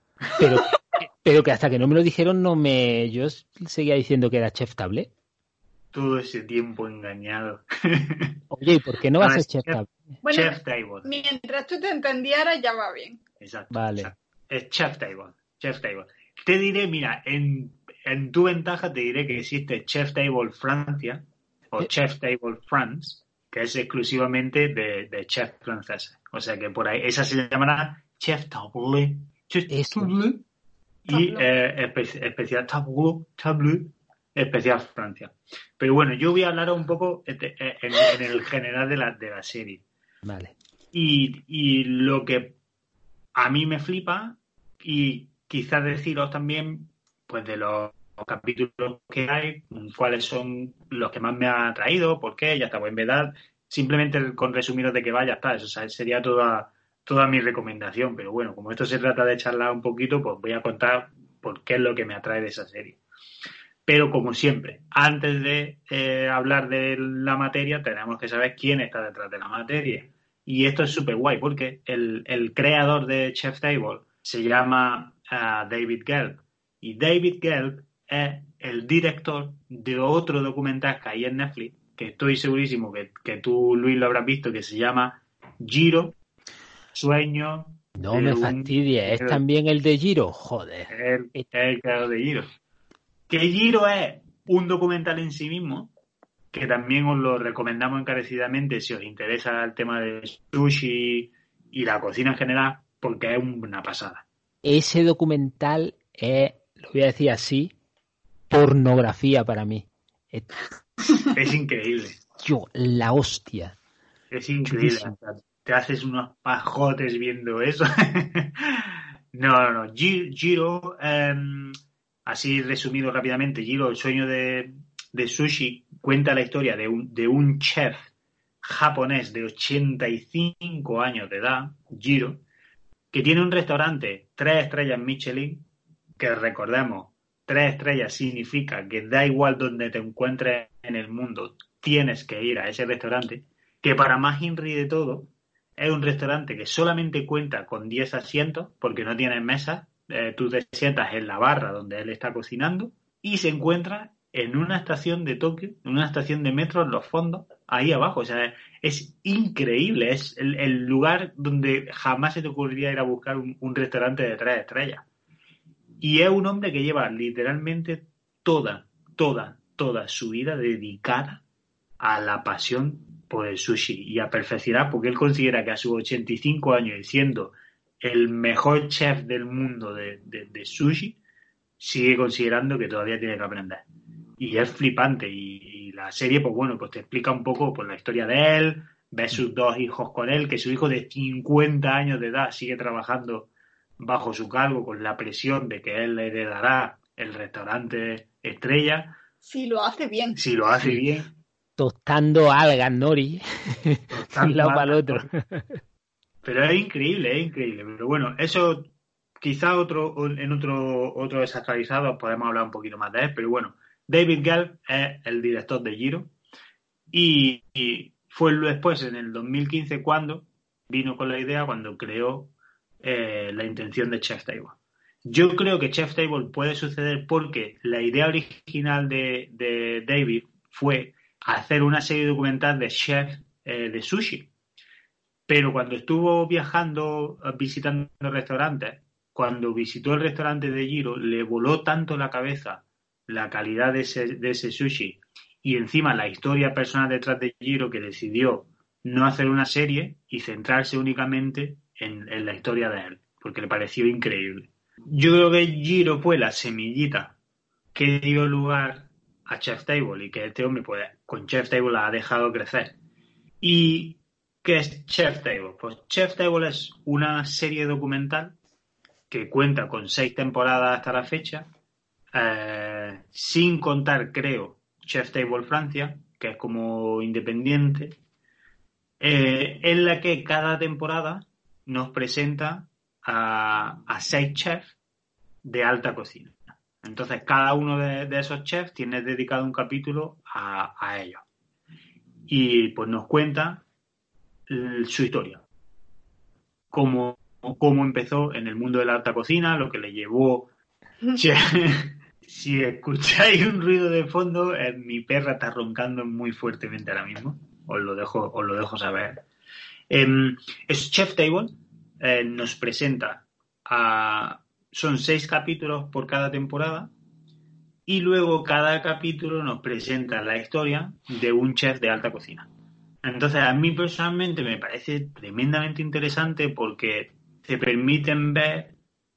Pero que hasta que no me lo dijeron, yo seguía diciendo que era Chef Table. Todo ese tiempo engañado. Oye, ¿y por qué no va a ser Chef Table? Bueno, Chef Table. Mientras tú te entendieras, ya va bien. Exacto. Vale. Exacto. Es Chef Table. Chef Table. Te diré, mira, en tu ventaja te diré que existe Chef Table Francia o Chef Table France, que es exclusivamente de chef franceses. O sea que por ahí, esa se llamará Chef Table. Chef Table. Y especial Table, especial Francia. Pero bueno, yo voy a hablar un poco en el general de la serie. Vale. Y lo que a mí me flipa, y quizás deciros también, pues de los capítulos que hay, cuáles son los que más me han atraído, por qué, ya está, pues en verdad, simplemente con resumiros de que vaya, está, eso sería toda mi recomendación, pero bueno, como esto se trata de charlar un poquito, pues voy a contar por qué es lo que me atrae de esa serie. Pero como siempre, antes de hablar de la materia, tenemos que saber quién está detrás de la materia. Y esto es súper guay, porque el creador de Chef Table se llama David Gelb. Y David Gelb es el director de otro documental que hay en Netflix, que estoy segurísimo que tú, Luis, lo habrás visto, que se llama Jiro, Sueño. No me fastidies, ¿es también el de Jiro? Joder. El creador de Jiro. Que Jiro es un documental en sí mismo, que también os lo recomendamos encarecidamente si os interesa el tema de sushi y la cocina en general, porque es una pasada. Ese documental es, lo voy a decir así, pornografía para mí. Es increíble. La hostia. Es increíble. Te haces unos pajotes viendo eso. No. Jiro, así resumido rápidamente, Jiro, el sueño de sushi, cuenta la historia de un chef japonés de 85 años de edad, Jiro, que tiene un restaurante 3 estrellas Michelin, que recordemos, 3 estrellas significa que da igual donde te encuentres en el mundo, tienes que ir a ese restaurante, que para más inri de todo, es un restaurante que solamente cuenta con 10 asientos, porque no tiene mesas. Tú te sientas en la barra donde él está cocinando y se encuentra en una estación de Tokio, en una estación de metro en los fondos, ahí abajo. O sea, es increíble. Es el lugar donde jamás se te ocurriría ir a buscar un restaurante de 3 estrellas. Y es un hombre que lleva literalmente toda su vida dedicada a la pasión por el sushi y a perfeccionar, porque él considera que a sus 85 años y siendo el mejor chef del mundo de sushi, sigue considerando que todavía tiene que aprender. Y es flipante. Y la serie, pues bueno, pues te explica un poco pues, la historia de él, ves sus 2 hijos con él, que su hijo de 50 años de edad sigue trabajando bajo su cargo con la presión de que él le heredará el restaurante estrella. Si lo hace bien. Si lo hace bien. Tostando algas nori de un lado para el otro. Pero es increíble. Pero bueno, eso quizá en otro desactualizado podemos hablar un poquito más de él, pero bueno, David Gelb es el director de Jiro y fue después, en el 2015, cuando vino con la idea, cuando creó la intención de Chef Table. Yo creo que Chef Table puede suceder porque la idea original de David fue hacer una serie documental de chefs de sushi. Pero cuando estuvo viajando, visitando restaurantes, cuando visitó el restaurante de Jiro, le voló tanto la cabeza la calidad de ese sushi y encima la historia personal detrás de Jiro, que decidió no hacer una serie y centrarse únicamente en la historia de él, porque le pareció increíble. Yo creo que Jiro fue la semillita que dio lugar a Chef's Table y que este hombre pues con Chef's Table la ha dejado crecer. ¿Y qué es Chef's Table? Pues Chef's Table es una serie documental que cuenta con 6 temporadas hasta la fecha, sin contar, creo, Chef's Table Francia, que es como independiente, en la que cada temporada nos presenta a 6 chefs de alta cocina. Entonces, cada uno de esos chefs tiene dedicado un capítulo a ellos. Y pues nos cuenta su historia. Cómo empezó en el mundo de la alta cocina, lo que le llevó... Si escucháis un ruido de fondo, mi perra está roncando muy fuertemente ahora mismo. Os lo dejo saber. Es Chef's Table. Nos presenta son 6 capítulos por cada temporada y luego cada capítulo nos presenta la historia de un chef de alta cocina. Entonces, a mí personalmente me parece tremendamente interesante porque te permiten ver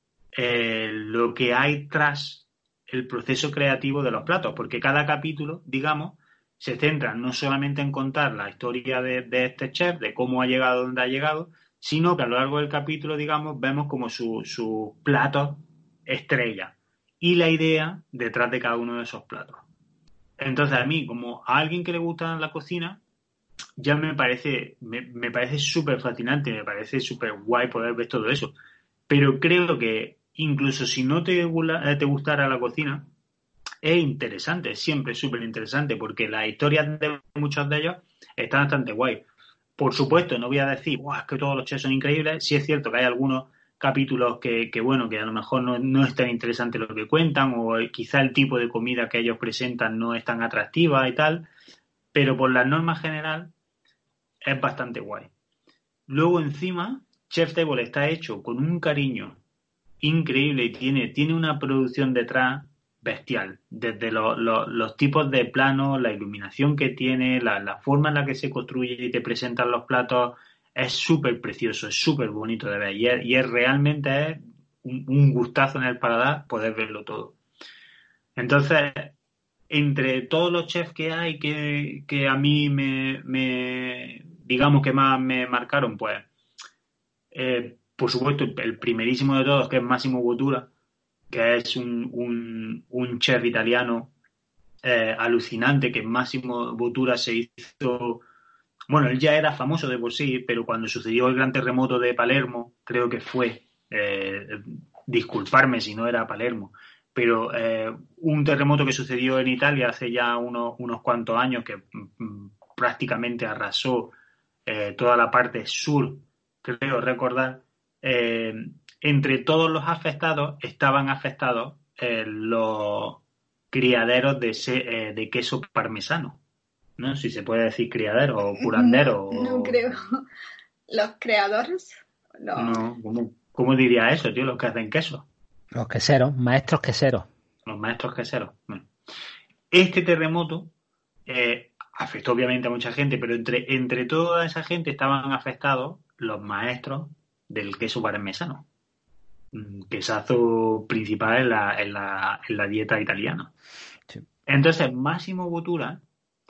lo que hay tras el proceso creativo de los platos, porque cada capítulo, digamos, se centra no solamente en contar la historia de este chef, de cómo ha llegado donde ha llegado, sino que a lo largo del capítulo, digamos, vemos como su plato estrella y la idea detrás de cada uno de esos platos. Entonces, a mí, como a alguien que le gusta la cocina, ya me parece súper fascinante, me parece súper guay poder ver todo eso. Pero creo que incluso si no te gustara la cocina, es interesante, siempre súper interesante, porque las historias de muchos de ellos están bastante guay. Por supuesto, no voy a decir, es que todos los chefs son increíbles. Sí es cierto que hay algunos capítulos que a lo mejor no es tan interesante lo que cuentan, o quizá el tipo de comida que ellos presentan no es tan atractiva y tal, pero por la norma general es bastante guay. Luego encima, Chef's Table está hecho con un cariño increíble y tiene una producción detrás bestial, desde los tipos de planos, la iluminación que tiene, la forma en la que se construye y te presentan los platos, es súper precioso, es súper bonito de ver y es realmente un gustazo en el paladar poder verlo todo. Entonces, entre todos los chefs que hay que a mí me digamos que más me marcaron, pues por supuesto el primerísimo de todos, que es Massimo Bottura, que es un chef italiano alucinante, que Massimo Bottura se hizo... Bueno, él ya era famoso de por sí, pero cuando sucedió el gran terremoto de Palermo, creo que fue, disculparme si no era Palermo, pero un terremoto que sucedió en Italia hace ya unos cuantos años que prácticamente arrasó toda la parte sur, creo recordar. Entre todos los afectados estaban afectados los criaderos de queso parmesano. No sé si se puede decir criadero o curandero. No creo. ¿Los creadores? No, ¿cómo diría eso, tío? Los que hacen queso. Los queseros, maestros queseros. Los maestros queseros. Bueno. Este terremoto afectó obviamente a mucha gente, pero entre toda esa gente estaban afectados los maestros del queso parmesano, quesazo principal en la dieta italiana. Sí. Entonces, Massimo Bottura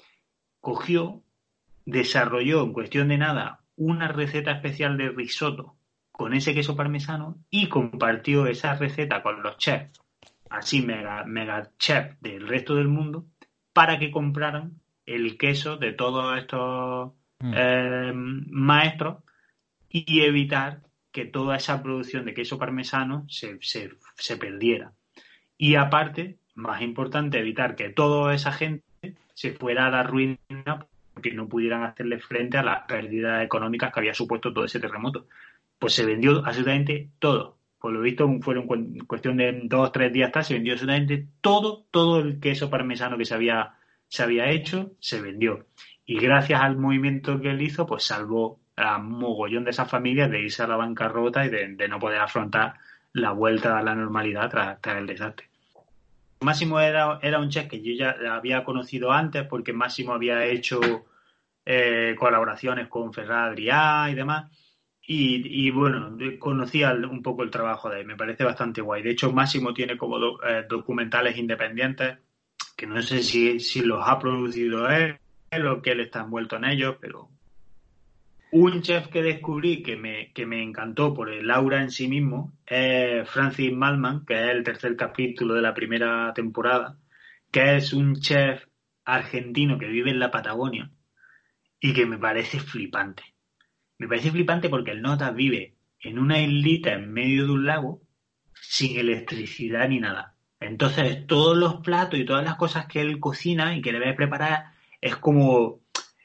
desarrolló en cuestión de nada una receta especial de risotto con ese queso parmesano y compartió esa receta con los chefs, así mega chefs del resto del mundo, para que compraran el queso de todos estos maestros y evitar que toda esa producción de queso parmesano se perdiera. Y aparte, más importante, evitar que toda esa gente se fuera a la ruina porque no pudieran hacerle frente a las pérdidas económicas que había supuesto todo ese terremoto. Pues se vendió absolutamente todo. Por lo visto, fueron cuestión de 2 o 3 días se vendió absolutamente todo el queso parmesano que se había hecho, se vendió. Y gracias al movimiento que él hizo, pues salvó a mogollón de esas familias de irse a la bancarrota y de no poder afrontar la vuelta a la normalidad tras el desastre. Máximo era un chef que yo ya había conocido antes porque Máximo había hecho colaboraciones con Ferran Adrià y demás. Y bueno, conocía un poco el trabajo de él, me parece bastante guay. De hecho, Máximo tiene como documentales independientes, que no sé si los ha producido él o que él está envuelto en ellos, pero un chef que descubrí que me encantó por el aura en sí mismo es Francis Mallmann, que es el tercer capítulo de la primera temporada, que es un chef argentino que vive en la Patagonia y que me parece flipante. Me parece flipante porque el nota vive en una islita en medio de un lago sin electricidad ni nada. Entonces todos los platos y todas las cosas que él cocina y que debe preparar es como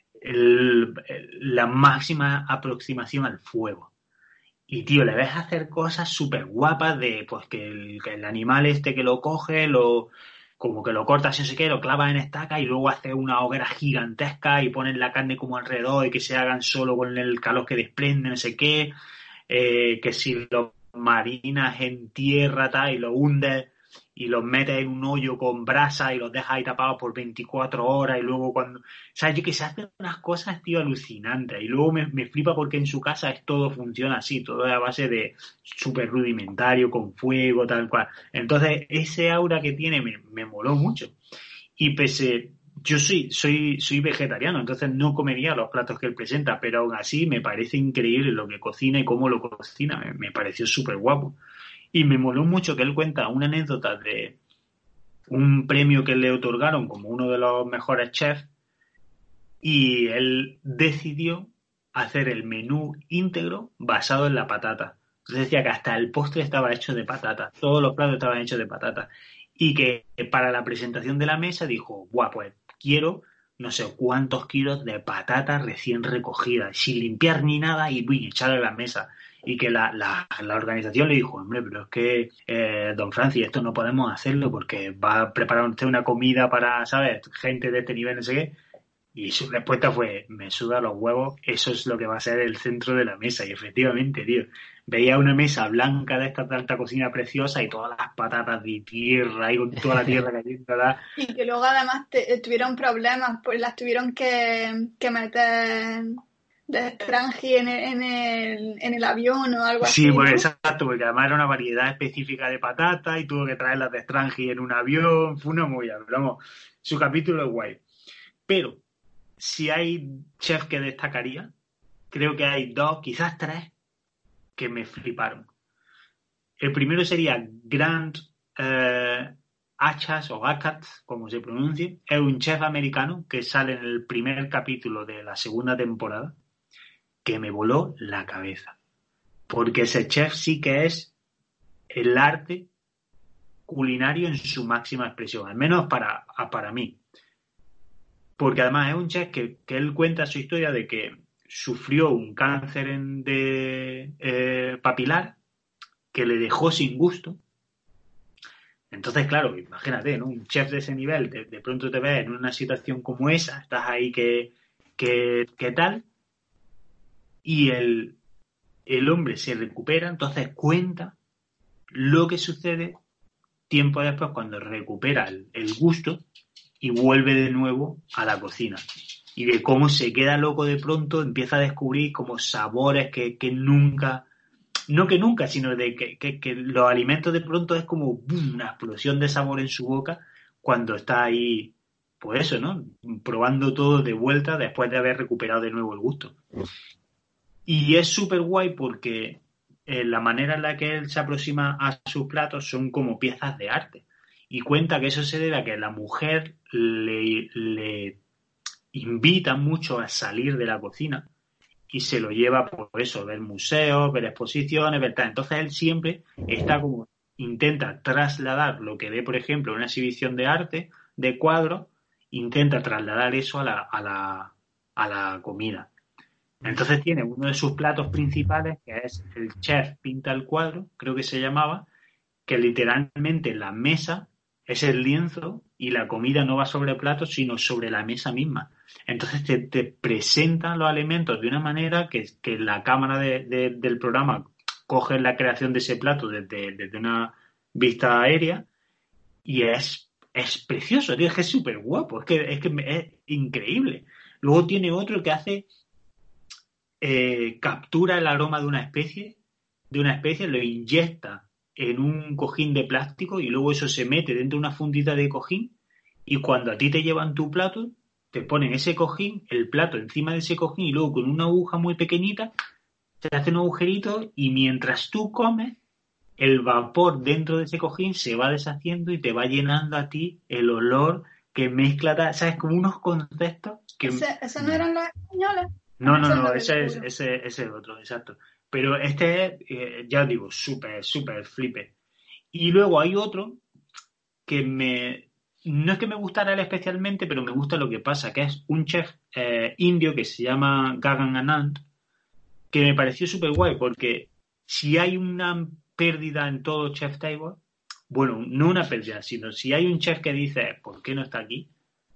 la máxima aproximación al fuego. Y tío, le ves hacer cosas súper guapas de pues que el animal este que lo coge, como que lo cortas, no sé qué, lo clavas en estaca y luego hace una hoguera gigantesca y ponen la carne como alrededor y que se hagan solo con el calor que desprende, no sé qué, que si lo marinas en tierra tal y lo hundes y los metes en un hoyo con brasa y los dejas ahí tapados por 24 horas y luego cuando... O sea, yo que se hacen unas cosas, tío, alucinantes. Y luego me flipa porque en su casa todo funciona así, todo a base de súper rudimentario, con fuego, tal cual. Entonces, ese aura que tiene me moló mucho. Y yo soy vegetariano, entonces no comería los platos que él presenta, pero aún así me parece increíble lo que cocina y cómo lo cocina. Me pareció súper guapo. Y me moló mucho que él cuenta una anécdota de un premio que le otorgaron como uno de los mejores chefs y él decidió hacer el menú íntegro basado en la patata. Entonces decía que hasta el postre estaba hecho de patata, todos los platos estaban hechos de patata. Y que para la presentación de la mesa dijo, guau, pues quiero no sé cuántos kilos de patatas recién recogidas, sin limpiar ni nada y echarle a la mesa. Y que la organización le dijo, hombre, pero es que, don Francis, esto no podemos hacerlo porque va a preparar usted una comida para, ¿sabes?, gente de este nivel, no sé qué. Y su respuesta fue, me suda los huevos, eso es lo que va a ser el centro de la mesa. Y efectivamente, tío, veía una mesa blanca de esta alta cocina preciosa y todas las patatas de tierra y con toda la tierra cayendo. Y que luego además tuvieron problemas, pues las tuvieron que meter de Strangi en el avión o algo así. Sí, pues ¿no? exacto, porque además era una variedad específica de patatas y tuvo que traerlas de Strangi en un avión, fue una movida, pero vamos, su capítulo es guay. Pero si hay chefs que destacaría, creo que hay 2, quizás 3, que me fliparon. El primero sería Grant Achatz o Achatz, como se pronuncie. Es un chef americano que sale en el primer capítulo de la segunda temporada, que me voló la cabeza. Porque ese chef sí que es el arte culinario en su máxima expresión, al menos para mí. Porque además es un chef que él cuenta su historia de que sufrió un cáncer papilar que le dejó sin gusto. Entonces, claro, imagínate, ¿no? Un chef de ese nivel, de pronto te ves en una situación como esa, estás ahí que tal, y el hombre se recupera, entonces cuenta lo que sucede tiempo después cuando recupera el gusto y vuelve de nuevo a la cocina. Y de cómo se queda loco de pronto, empieza a descubrir como sabores que nunca, no que nunca, sino de que los alimentos de pronto es como ¡boom!, una explosión de sabor en su boca cuando está ahí, pues eso, ¿no?, probando todo de vuelta después de haber recuperado de nuevo el gusto. Y es súper guay porque la manera en la que él se aproxima a sus platos son como piezas de arte. Y cuenta que eso se debe a que la mujer le invita mucho a salir de la cocina y se lo lleva por eso, ver museos, ver exposiciones, ver tal. Entonces él siempre está como, intenta trasladar lo que ve, por ejemplo, en una exhibición de arte, de cuadros, intenta trasladar eso a la comida. Entonces tiene uno de sus platos principales, que es el chef pinta el cuadro, creo que se llamaba, que literalmente la mesa es el lienzo y la comida no va sobre platos, sino sobre la mesa misma. Entonces te presentan los alimentos de una manera que la cámara del programa coge la creación de ese plato desde una vista aérea y es precioso, tío, es que es súper guapo, es que es increíble. Luego tiene otro que hace captura el aroma de una especie, lo inyecta en un cojín de plástico y luego eso se mete dentro de una fundita de cojín y cuando a ti te llevan tu plato, te ponen ese cojín, el plato encima de ese cojín y luego con una aguja muy pequeñita te hace un agujerito y mientras tú comes, el vapor dentro de ese cojín se va deshaciendo y te va llenando a ti el olor que mezcla, ¿sabes? Como unos conceptos que... ¿Eso no eran los españoles? No, ese es otro, exacto. Pero este es, ya os digo, súper flipe. Y luego hay otro que no es que me gustara él especialmente, pero me gusta lo que pasa, que es un chef indio que se llama Gagan Anand, que me pareció súper guay, porque si hay una pérdida en todo Chef Table, bueno, no una pérdida, sino si hay un chef que dice, ¿por qué no está aquí?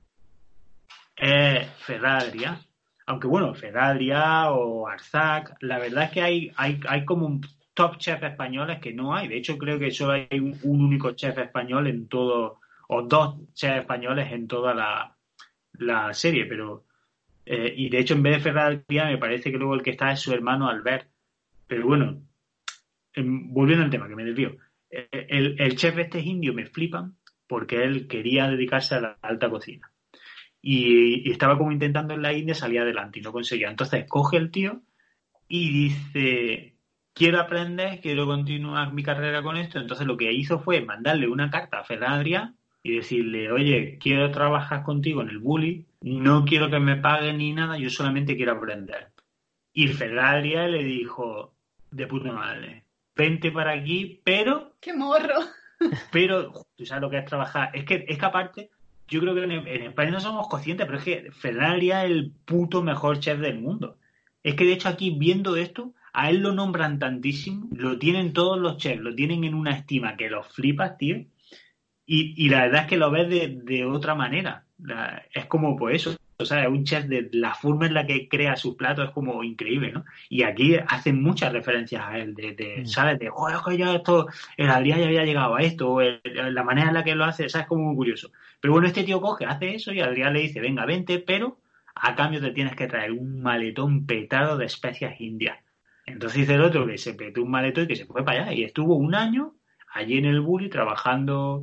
Ferran Adrià. Aunque bueno, Ferran Adrià o Arzac, la verdad es que hay como un top chef españoles que no hay. De hecho, creo que solo hay un único chef español en todo, o dos chefs españoles en toda la serie, pero y de hecho en vez de Ferran Adrià me parece que luego el que está es su hermano Albert. Pero bueno, volviendo al tema, que me desvío. El chef este indio me flipan porque él quería dedicarse a la alta cocina. Y estaba como intentando en la India salir adelante y no conseguía. Entonces coge el tío y dice, quiero aprender, quiero continuar mi carrera con esto. Entonces lo que hizo fue mandarle una carta a Ferran Adrià y decirle, oye, quiero trabajar contigo en el Bulli, no quiero que me paguen ni nada, yo solamente quiero aprender. Y Ferran Adrià le dijo, de puta madre, vente para aquí, pero... ¡Qué morro! Pero, tú sabes lo que es trabajar. Es que aparte... Yo creo que en España no somos conscientes, pero es que Ferran Adrià es el puto mejor chef del mundo. Es que de hecho aquí viendo esto, a él lo nombran tantísimo, lo tienen todos los chefs, lo tienen en una estima que los flipas, tío. Y la verdad es que lo ves de otra manera. Es como pues eso, o sea, es un chef de la forma en la que crea sus platos es como increíble, ¿no? Y aquí hacen muchas referencias a él, ¿sabes? De, oh, es que ya esto, el Adrià ya había llegado a esto, o la manera en la que lo hace, ¿sabes? Es como muy curioso. Pero bueno, este tío coge, hace eso y Adrià le dice, venga, vente, pero a cambio te tienes que traer un maletón petado de especias indias. Entonces dice el otro que se petó un maletón y que se fue para allá. Y estuvo un año allí en el Bulli trabajando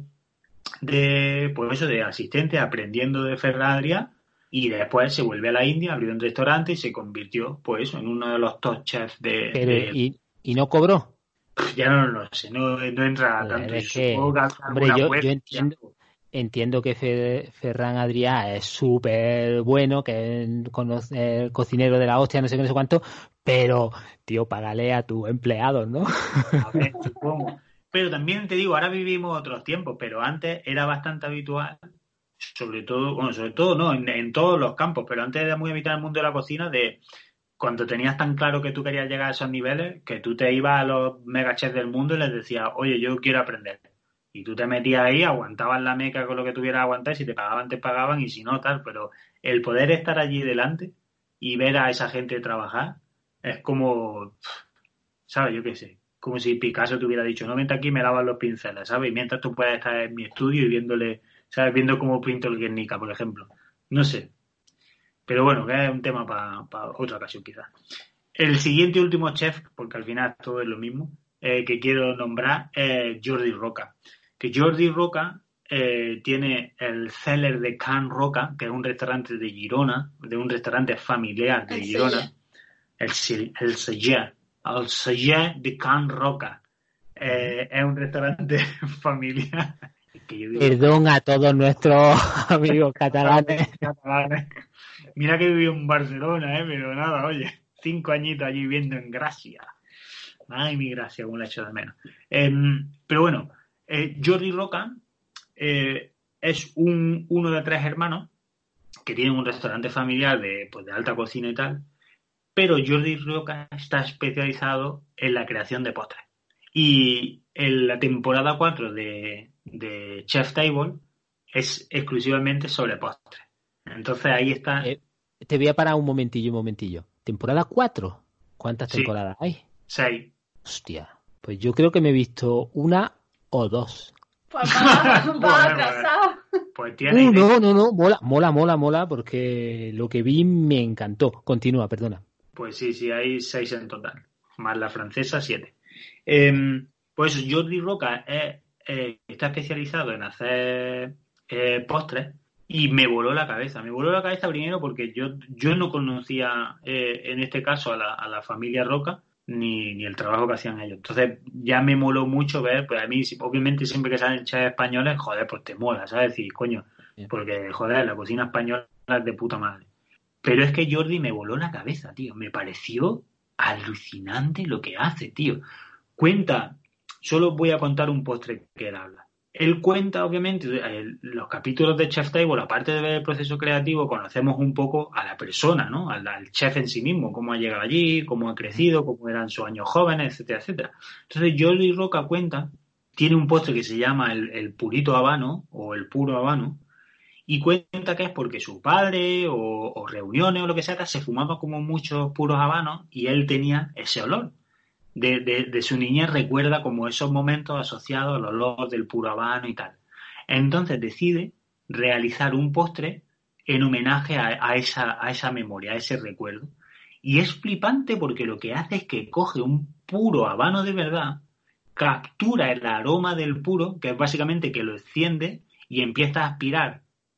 de asistente, aprendiendo de Ferran Adrià. Y después se vuelve a la India, abrió un restaurante y se convirtió, pues, en uno de los top chefs ¿Y no cobró? Ya no lo sé, no entra tanto. Es que, hombre, yo entiendo que Ferran Adrià es súper bueno, que es el cocinero de la hostia, no sé qué, no sé cuánto, pero, tío, págale a tus empleados, ¿no? A ver, supongo. Pero también te digo, ahora vivimos otros tiempos, pero antes era bastante habitual, sobre todo no, en todos los campos, pero antes era muy habitual el mundo de la cocina de cuando tenías tan claro que tú querías llegar a esos niveles, que tú te ibas a los megachefs del mundo y les decías, oye, yo quiero aprender. Y tú te metías ahí, aguantabas la meca con lo que tuvieras que aguantar, y si te pagaban, y si no, tal. Pero el poder estar allí delante y ver a esa gente trabajar es como, ¿sabes? Yo qué sé. Como si Picasso te hubiera dicho, no, vente aquí y me lavas los pinceles, ¿sabes? Y mientras tú puedes estar en mi estudio y viéndole, ¿sabes? Viendo cómo pinto el Guernica, por ejemplo. No sé. Pero bueno, que es un tema para otra ocasión quizás. El siguiente y último chef, porque al final todo es lo mismo, que quiero nombrar es Jordi Roca. Que Jordi Roca tiene el Cellar de Can Roca, que es un restaurante de Girona, de un restaurante familiar de Girona. El Cellar de Can Roca. Es un restaurante familiar. Perdón a todos nuestros amigos catalanes. Mira que viví en Barcelona, pero nada, oye, 5 añitos allí viviendo en Gracia. Ay, mi Gracia, como la he hecho de menos. Pero bueno, Jordi Roca es uno de 3 hermanos que tienen un restaurante familiar de alta cocina y tal, pero Jordi Roca está especializado en la creación de postres. Y en la temporada 4 de de Chef Table es exclusivamente sobre postres. Entonces ahí está. Te voy a parar un momentillo. ¿Temporada 4? ¿Cuántas temporadas hay? 6. Hostia, pues yo creo que me he visto una o dos. Pues va atrasado. Pues tiene. No, mola, porque lo que vi me encantó. Continúa, perdona. Pues sí, hay 6 en total, más la francesa 7. Pues Jordi Roca está especializado en hacer postres y me voló la cabeza. Me voló la cabeza primero porque yo no conocía en este caso a la familia Roca ni el trabajo que hacían ellos. Entonces ya me moló mucho ver, pues a mí obviamente siempre que salen chefs españoles, joder, pues te mola, ¿sabes? Decir, coño, porque joder, la cocina española es de puta madre. Pero es que Jordi me voló la cabeza, tío. Me pareció alucinante lo que hace, tío. Solo voy a contar un postre que él habla. Él cuenta, obviamente, los capítulos de Chef Table, aparte de ver el proceso creativo, conocemos un poco a la persona, ¿no? Al chef en sí mismo, cómo ha llegado allí, cómo ha crecido, cómo eran sus años jóvenes, etcétera, etcétera. Entonces, Jordi Roca tiene un postre que se llama el purito habano, o el puro habano, y cuenta que es porque su padre o reuniones o lo que sea, se fumaba como muchos puros habanos y él tenía ese olor. De su niñez recuerda como esos momentos asociados al olor del puro habano y tal. Entonces decide realizar un postre en homenaje a esa memoria, a ese recuerdo. Y es flipante porque lo que hace es que coge un puro habano de verdad, captura el aroma del puro, que es básicamente que lo enciende y empieza a aspirar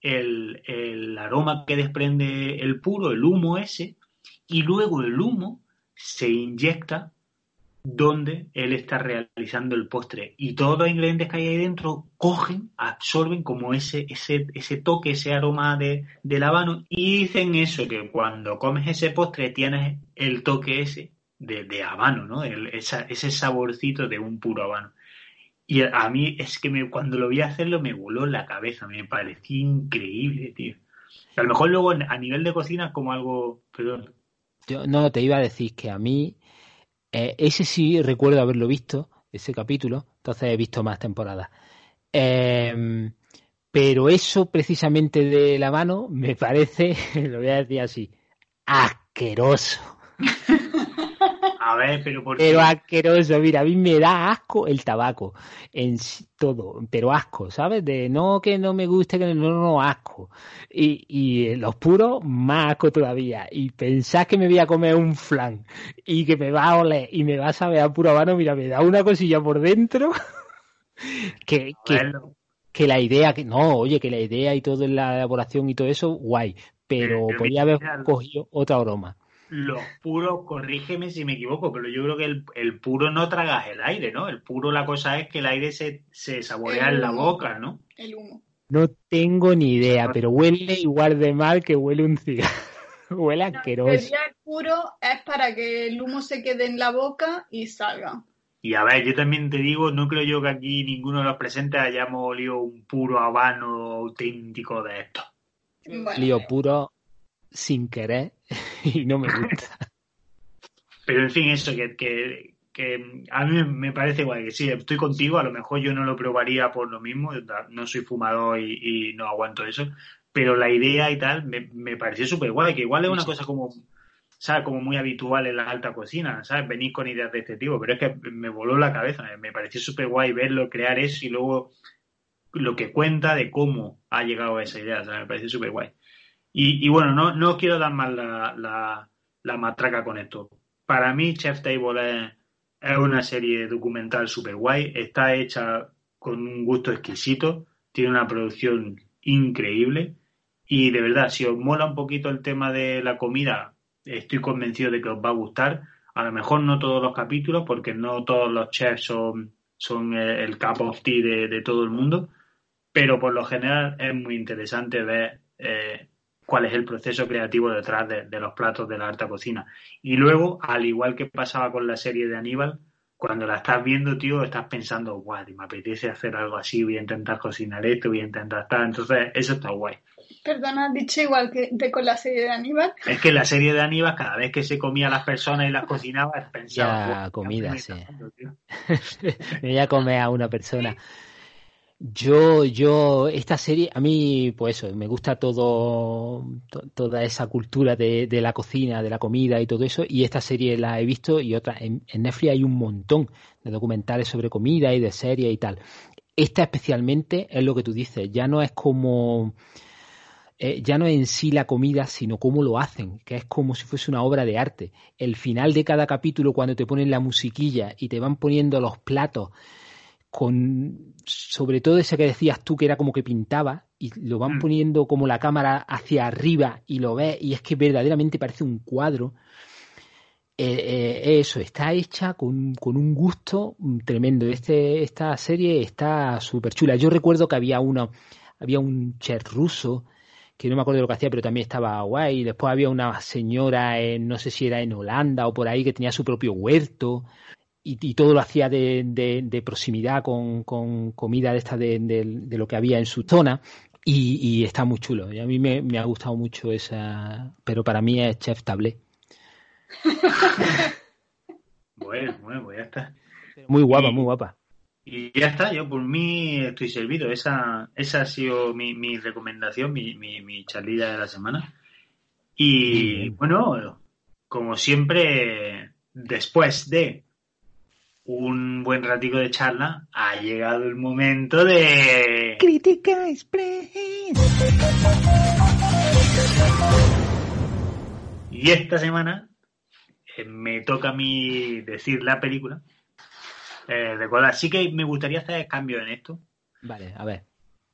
el aroma que desprende el puro, el humo ese, y luego el humo se inyecta donde él está realizando el postre. Y todos los ingredientes que hay ahí dentro absorben como ese toque, ese aroma del habano, y dicen eso, que cuando comes ese postre tienes el toque ese de habano, ¿no? Ese saborcito de un puro habano. Y a mí es que cuando lo vi hacerlo me voló la cabeza, me pareció increíble, tío. A lo mejor luego a nivel de cocina es como algo... Perdón. Yo no te iba a decir que a mí, ese sí recuerdo haberlo visto, ese capítulo, entonces he visto más temporadas. Pero eso precisamente de la mano me parece, lo voy a decir así, asqueroso. A ver, pero asqueroso, mira, a mí me da asco el tabaco en todo, pero asco, ¿sabes? De no que no me guste, que no, asco. Y los puros, más asco todavía. Y pensás que me voy a comer un flan y que me va a oler y me va a saber a puro habano, mira, me da una cosilla por dentro que la idea, que la idea y todo en la elaboración y todo eso, guay, pero podía haber cogido otra aroma. Los puros, corrígeme si me equivoco, pero yo creo que el puro no tragas el aire, ¿no? El puro, la cosa es que el aire se saborea en la boca, ¿no? El humo. No tengo ni idea, pero huele igual de mal que huele un cigarro. Huele asqueroso. El puro es para que el humo se quede en la boca y salga. Y a ver, yo también te digo, no creo yo que aquí ninguno de los presentes hayamos olido un puro habano auténtico de esto. Lío puro sin querer y no me gusta. Pero en fin, eso que a mí me parece guay, que sí, estoy contigo, a lo mejor yo no lo probaría por lo mismo, no soy fumador y no aguanto eso, pero la idea y tal me pareció súper guay, que igual es una cosa como, ¿sabes? Como muy habitual en la alta cocina, ¿sabes? Venir con ideas de este tipo, pero es que me voló la cabeza, me pareció súper guay verlo, crear eso y luego lo que cuenta de cómo ha llegado a esa idea, ¿sabes? Me pareció súper guay. Y bueno, no quiero dar más la matraca con esto. Para mí, Chef Table es una serie documental súper guay. Está hecha con un gusto exquisito. Tiene una producción increíble. Y de verdad, si os mola un poquito el tema de la comida, estoy convencido de que os va a gustar. A lo mejor no todos los capítulos, porque no todos los chefs son el cup of tea de todo el mundo. Pero por lo general es muy interesante ver cuál es el proceso creativo detrás de los platos de la alta cocina. Y luego, al igual que pasaba con la serie de Aníbal, cuando la estás viendo, tío, estás pensando, guau, me apetece hacer algo así, voy a intentar cocinar esto, voy a intentar tal. Entonces, eso está guay. Perdona, has dicho igual que con la serie de Aníbal. Es que la serie de Aníbal, cada vez que se comía a las personas y las cocinaba, pensaba... Ya, comida, sí. Me voy a comer a una persona. Esta serie, a mí, pues eso, me gusta toda esa cultura de la cocina, de la comida y todo eso, y esta serie la he visto y otra, en Netflix hay un montón de documentales sobre comida y de series y tal. Esta especialmente es lo que tú dices, ya no es en sí la comida, sino cómo lo hacen, que es como si fuese una obra de arte. El final de cada capítulo, cuando te ponen la musiquilla y te van poniendo los platos, sobre todo ese que decías tú que era como que pintaba y lo van poniendo como la cámara hacia arriba y lo ves y es que verdaderamente parece un cuadro. Eso, está hecha con un gusto tremendo. Esta serie está súper chula. Yo recuerdo que había un chef ruso que no me acuerdo de lo que hacía, pero también estaba guay. Después había una señora, no sé si era en Holanda o por ahí, que tenía su propio huerto. Y todo lo hacía de proximidad con comida de esta de lo que había en su zona y está muy chulo. Y a mí me ha gustado mucho esa, pero para mí es Chef Tablé. Bueno, pues ya está. Muy guapa, muy guapa. Y ya está, yo por mí estoy servido. Esa ha sido mi recomendación, mi charlilla de la semana. Y bueno, como siempre, después de un buen ratico de charla, ha llegado el momento de... Crítica Express. Y esta semana me toca a mí decir la película. Recordad, sí que me gustaría hacer cambio en esto. Vale, a ver.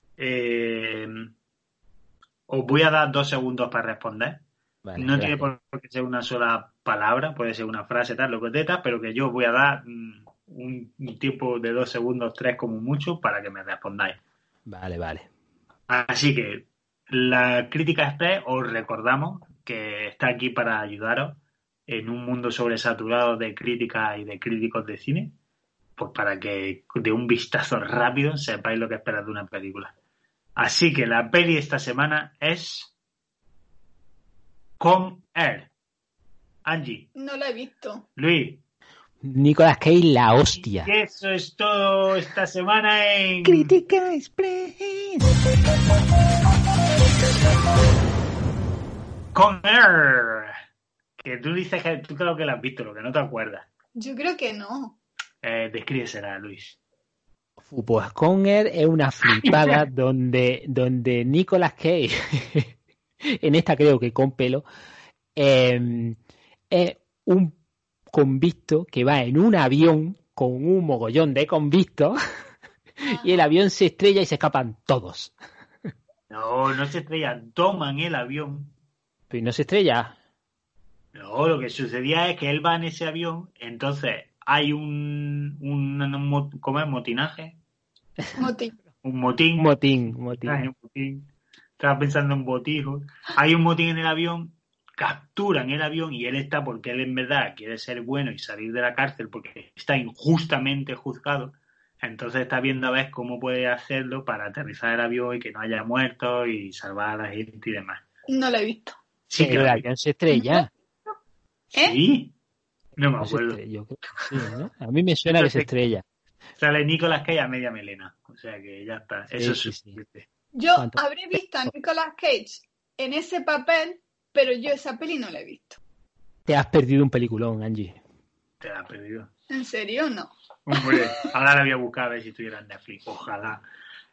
Os voy a dar 2 segundos para responder. Vale, no gracias. tiene por qué ser una sola palabra, puede ser una frase, tal, lo que te pero que yo os voy a dar un tiempo de 2 segundos, 3 como mucho, para que me respondáis. Vale. Así que la Crítica Express, os recordamos que está aquí para ayudaros en un mundo sobresaturado de críticas y de críticos de cine, pues para que de un vistazo rápido sepáis lo que esperáis de una película. Así que la peli esta semana es Con Air. Angie. No la he visto. Luis. Nicolas Cage, la hostia. Y eso es todo esta semana en... Crítica Express. Con Air. Que tú dices que tú creo que la has visto, lo que no te acuerdas. Yo creo que no. Descríbesela, Luis. Pues Con Air es una flipada donde Nicolas Cage, en esta creo que con pelo, es un convicto que va en un avión con un mogollón de convictos y el avión se estrella y se escapan todos. No se estrellan, toman el avión. Pero no se estrella. No, lo que sucedía es que él va en ese avión, entonces hay ¿cómo es? ¿Motinaje? Motín. Un motín. Ay, un motín. Estaba pensando en botijos. Hay un motín en el avión, capturan el avión y él está, porque él en verdad quiere ser bueno y salir de la cárcel porque está injustamente juzgado. Entonces está viendo a ver cómo puede hacerlo para aterrizar el avión y que no haya muertos y salvar a la gente y demás. No la he visto. Sí, pero el avión se estrella. ¿Sí? No me acuerdo. Sí, ¿no? A mí me suena que se estrella. Sale Nicolas Cage a media melena. O sea que ya está. Sí, eso sí, es suficiente. Yo habré visto a Nicolas Cage en ese papel, pero yo esa peli no la he visto. Te has perdido un peliculón, Angie. Te la has perdido. ¿En serio? No. Hombre, ahora la voy a buscar a ver si estuviera en Netflix. Ojalá.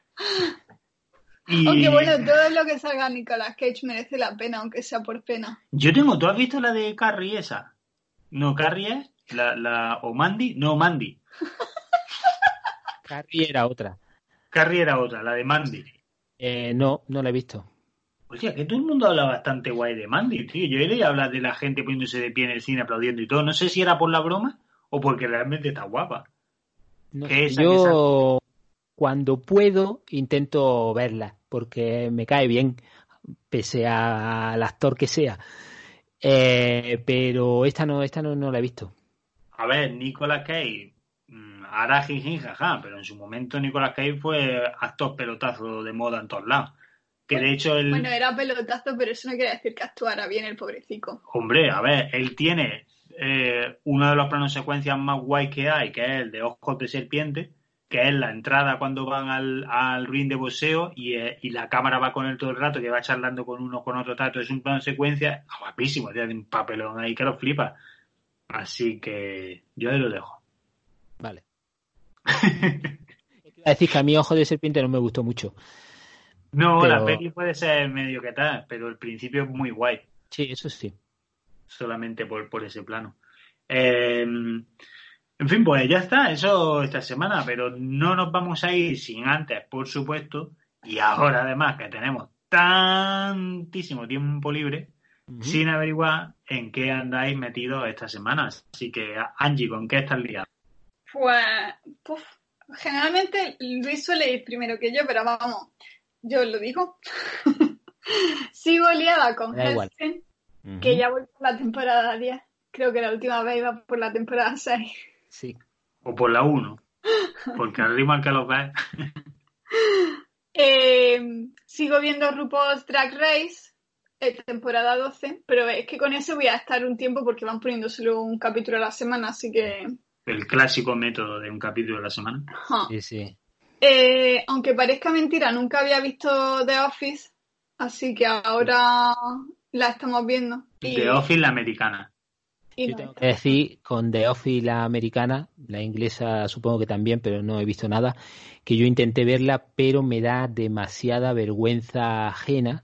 Aunque bueno, todo lo que salga Nicolas Cage merece la pena, aunque sea por pena. ¿Tú has visto la de Carrie esa? No, Carrie es o Mandy. No, Mandy. Carrie era otra. Carrie era otra, la de Mandy. No la he visto. Hostia, que todo el mundo habla bastante guay de Mandy, tío. Yo he leído hablar de la gente poniéndose de pie en el cine aplaudiendo y todo. No sé si era por la broma o porque realmente está guapa. No sé, yo cuando puedo intento verla porque me cae bien, pese al actor que sea. Pero esta no la he visto. A ver, Nicolas Cage hará jijin jaja, pero en su momento Nicolas Cage fue actor pelotazo de moda en todos lados. Que de hecho él... Bueno, era pelotazo, pero eso no quiere decir que actuara bien el pobrecito. Hombre, a ver, él tiene uno de los planos secuencias más guay que hay, que es el de ojos de serpiente, que es la entrada cuando van al ring de boxeo y la cámara va con él todo el rato, que va charlando con uno con otro, tal. Es un plano de secuencia guapísimo, tiene un papelón ahí que lo flipa. Así que yo ahí lo dejo. Vale. Iba a decir que a mí Ojo de Serpiente no me gustó mucho. No, pero... la peli puede ser medio que tal, pero el principio es muy guay. Sí, eso sí. Solamente por ese plano. En fin, pues ya está, eso esta semana, pero no nos vamos a ir sin antes, por supuesto, y ahora además que tenemos tantísimo tiempo libre, sin averiguar en qué andáis metidos estas semanas. Así que, Angie, ¿con qué estás liada? Pues, generalmente Luis suele ir primero que yo, pero vamos, yo lo digo. Sigo liada con Hellstrom, que ya voy por la temporada 10. Creo que la última vez iba por la temporada 6. Sí. O por la 1. Porque al ritmo al que los ves. Sigo viendo RuPaul's Drag Race, temporada 12, pero es que con eso voy a estar un tiempo porque van poniendo solo un capítulo a la semana, así que... El clásico método de un capítulo a la semana. Sí, sí. Aunque parezca mentira, nunca había visto The Office, así que ahora la estamos viendo. The Office, la americana. Yo tengo que decir, con The Office, la americana, la inglesa supongo que también, pero no he visto nada, que yo intenté verla, pero me da demasiada vergüenza ajena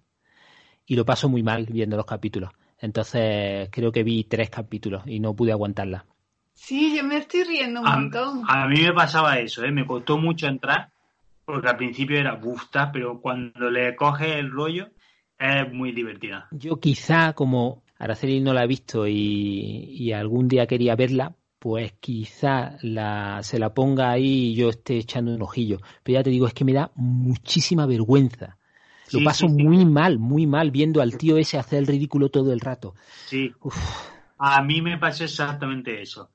y lo paso muy mal viendo los capítulos. Entonces creo que vi 3 capítulos y no pude aguantarla. Sí, yo me estoy riendo un montón. A mí me pasaba eso, me costó mucho entrar, porque al principio era busta, pero cuando le coges el rollo es muy divertida. Yo quizá, como Araceli no la he visto y algún día quería verla, pues quizá se la ponga ahí y yo esté echando un ojillo. Pero ya te digo, es que me da muchísima vergüenza. Lo paso muy mal viendo al tío ese hacer el ridículo todo el rato. Sí. Uf. A mí me pasó exactamente eso.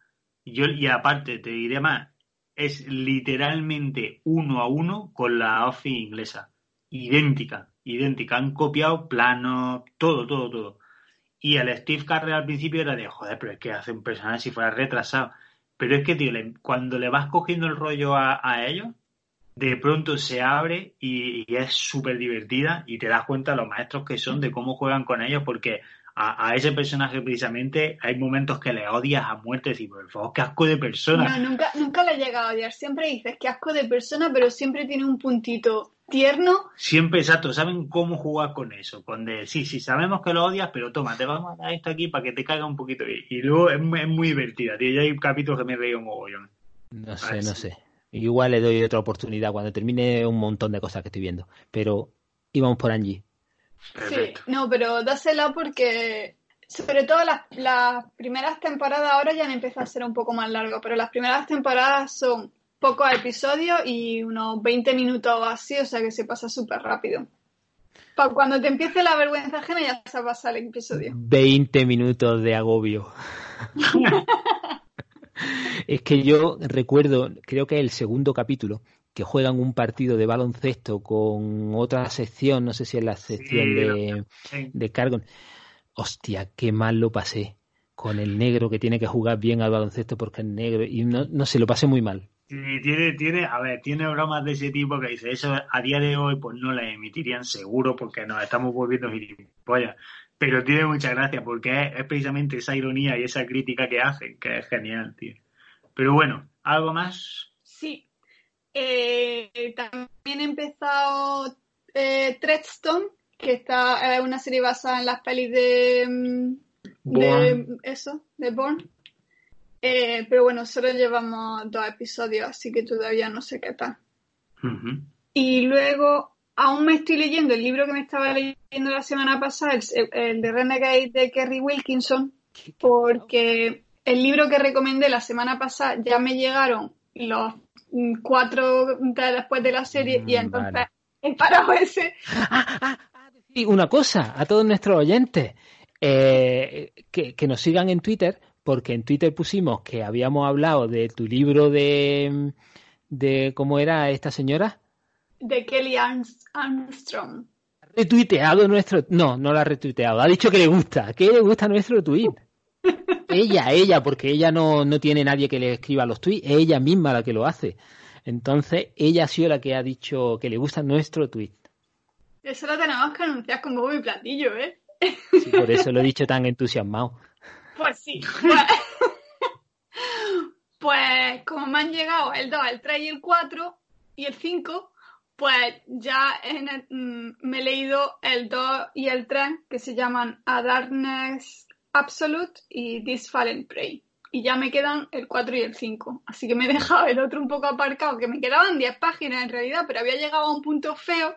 Y aparte, te diré más, es literalmente 1-1 con la Office inglesa. Idéntica. Han copiado planos, todo. Y el Steve Carell al principio era de, joder, pero es que hace un personaje si fuera retrasado. Pero es que, tío, cuando le vas cogiendo el rollo a ellos, de pronto se abre y es súper divertida y te das cuenta de los maestros que son, de cómo juegan con ellos, porque a ese personaje precisamente hay momentos que le odias a muerte, y por favor, qué asco de persona. No, nunca le he llegado a odiar, siempre dices qué asco de persona, pero siempre tiene un puntito tierno. Siempre, exacto, saben cómo jugar con eso, sí, sabemos que lo odias, pero toma, te vamos a dar esto aquí para que te caiga un poquito, y luego es muy divertida, tío. Ya hay capítulos que me he reído un mogollón. No sé. Igual le doy otra oportunidad cuando termine un montón de cosas que estoy viendo, pero íbamos por Angie. Perfecto. Sí, no, pero dásela porque sobre todo las primeras temporadas ahora ya han empezado a ser un poco más largas, pero las primeras temporadas son pocos episodios y unos 20 minutos o así, o sea que se pasa súper rápido. Para cuando te empiece la vergüenza ajena ya se pasa el episodio. 20 minutos de agobio. Es que yo recuerdo, creo que es el segundo capítulo, que juegan un partido de baloncesto con otra sección, no sé si es la sección de Cargon. Hostia, qué mal lo pasé con el negro que tiene que jugar bien al baloncesto porque es negro y no sé, lo pasé muy mal. Sí, tiene bromas de ese tipo que dice, eso a día de hoy pues no las emitirían seguro porque nos estamos volviendo gilipollas. Pero tiene mucha gracia porque es precisamente esa ironía y esa crítica que hacen, que es genial, tío. Pero bueno, ¿algo más? Sí. También he empezado Treadstone, que es una serie basada en las pelis de Bourne. Pero bueno, solo llevamos 2 episodios, así que todavía no sé qué tal. Uh-huh. Y luego aún me estoy leyendo el libro que me estaba leyendo la semana pasada, el de Renegade de Kerry Wilkinson, porque el libro que recomendé la semana pasada ya me llegaron los 4 después de la serie y entonces he parado ese. Y una cosa a todos nuestros oyentes, que nos sigan en Twitter, porque en Twitter pusimos que habíamos hablado de tu libro de ¿cómo era esta señora? De Kelly Armstrong. Retuiteado nuestro... No la ha retuiteado. Ha dicho que le gusta nuestro tweet. ella, porque ella no tiene nadie que le escriba los tweets, es ella misma la que lo hace. Entonces, ella ha sido la que ha dicho que le gusta nuestro tweet. Eso lo tenemos que anunciar con bombo y platillo, ¿eh? Sí, por eso lo he dicho tan entusiasmado. Pues sí. Pues como me han llegado el 2, el 3 y el 4 y el 5, pues ya me he leído el 2 y el 3, que se llaman A Darkness Absolute y This Fallen Prey. Y ya me quedan el 4 y el 5. Así que me he dejado el otro un poco aparcado, que me quedaban 10 páginas en realidad, pero había llegado a un punto feo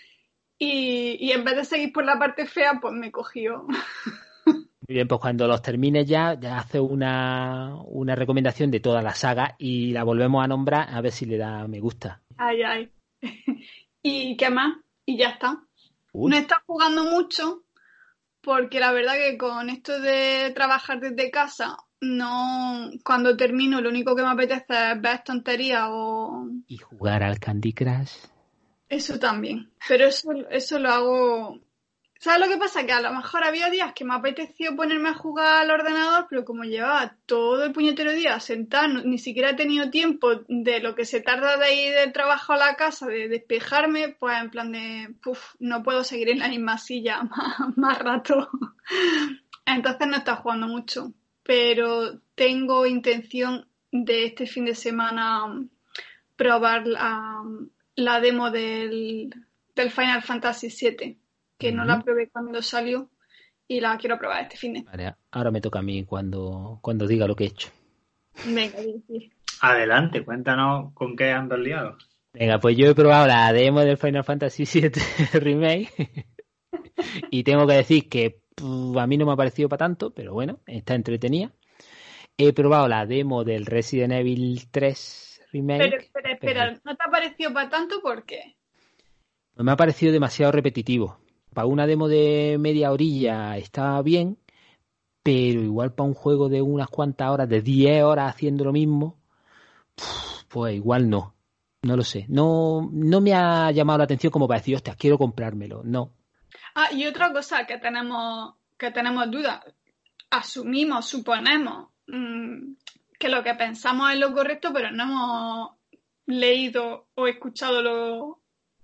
y en vez de seguir por la parte fea, pues me cogió. Muy bien, pues cuando los termines ya hace una recomendación de toda la saga y la volvemos a nombrar a ver si le da me gusta. Ay, ay. ¿Y qué más? Y ya está. Uy. No he estado jugando mucho porque la verdad que con esto de trabajar desde casa, no, cuando termino lo único que me apetece es ver tonterías o... Y jugar al Candy Crush. Eso también. Pero eso lo hago... ¿Sabes lo que pasa? Que a lo mejor había días que me apeteció ponerme a jugar al ordenador, pero como llevaba todo el puñetero día sentada, ni siquiera he tenido tiempo de lo que se tarda de ir del trabajo a la casa, de despejarme, pues en plan de, no puedo seguir en la misma silla más rato. Entonces no he estado jugando mucho, pero tengo intención de este fin de semana probar la demo del Final Fantasy VII. Que no la probé cuando salió y la quiero probar este fin de. Vale, ahora me toca a mí cuando diga lo que he hecho. Venga, sí. Adelante, cuéntanos con qué andas liado. Venga, pues yo he probado la demo del Final Fantasy VII Remake y tengo que decir que a mí no me ha parecido para tanto, pero bueno, está entretenida. He probado la demo del Resident Evil 3 Remake. Pero espera, ¿no te ha parecido para tanto? ¿Por qué? Me ha parecido demasiado repetitivo. Para una demo de media orilla está bien, pero igual para un juego de unas cuantas horas, de 10 horas haciendo lo mismo, pues igual no lo sé. No me ha llamado la atención como para decir, hostia, quiero comprármelo. No. Ah, y otra cosa que tenemos dudas. Asumimos, suponemos que lo que pensamos es lo correcto, pero no hemos leído o escuchado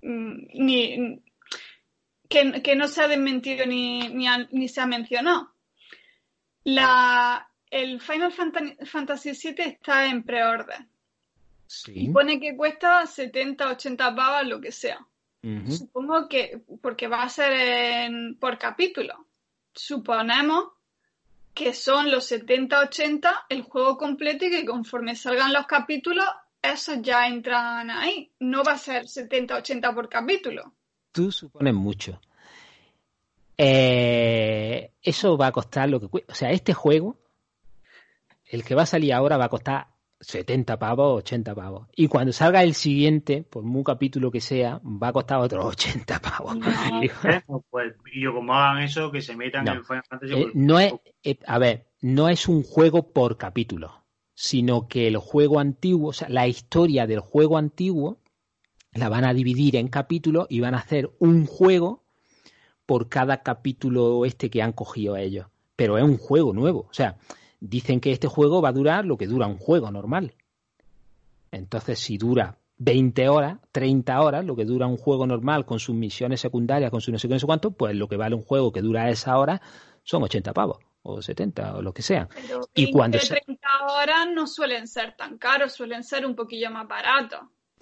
que no se ha desmentido ni se ha mencionado. El Final Fantasy VII está en pre-order. Sí. Y pone que cuesta 70, 80 pavos, lo que sea. Uh-huh. Supongo que porque va a ser por capítulo. Suponemos que son los 70, 80 el juego completo y que conforme salgan los capítulos, esos ya entran ahí. No va a ser 70, 80 por capítulo. Tú supones mucho. Eso va a costar lo que cuesta. O sea, este juego, el que va a salir ahora, va a costar 70 pavos, 80 pavos. Y cuando salga el siguiente, por muy capítulo que sea, va a costar otros 80 pavos. Pues yo como hagan eso, que se metan en el Final Fantasy. No es un juego por capítulo, sino que el juego antiguo, o sea, la historia del juego antiguo, la van a dividir en capítulos y van a hacer un juego por cada capítulo que han cogido ellos. Pero es un juego nuevo. O sea, dicen que este juego va a durar lo que dura un juego normal. Entonces, si dura 20 horas, 30 horas, lo que dura un juego normal con sus misiones secundarias, con sus no sé qué, no sé cuánto, pues lo que vale un juego que dura esa hora son 80 pavos, o 70, o lo que sea. Pero y cuando 30 horas no suelen ser tan caros, suelen ser un poquillo más baratos.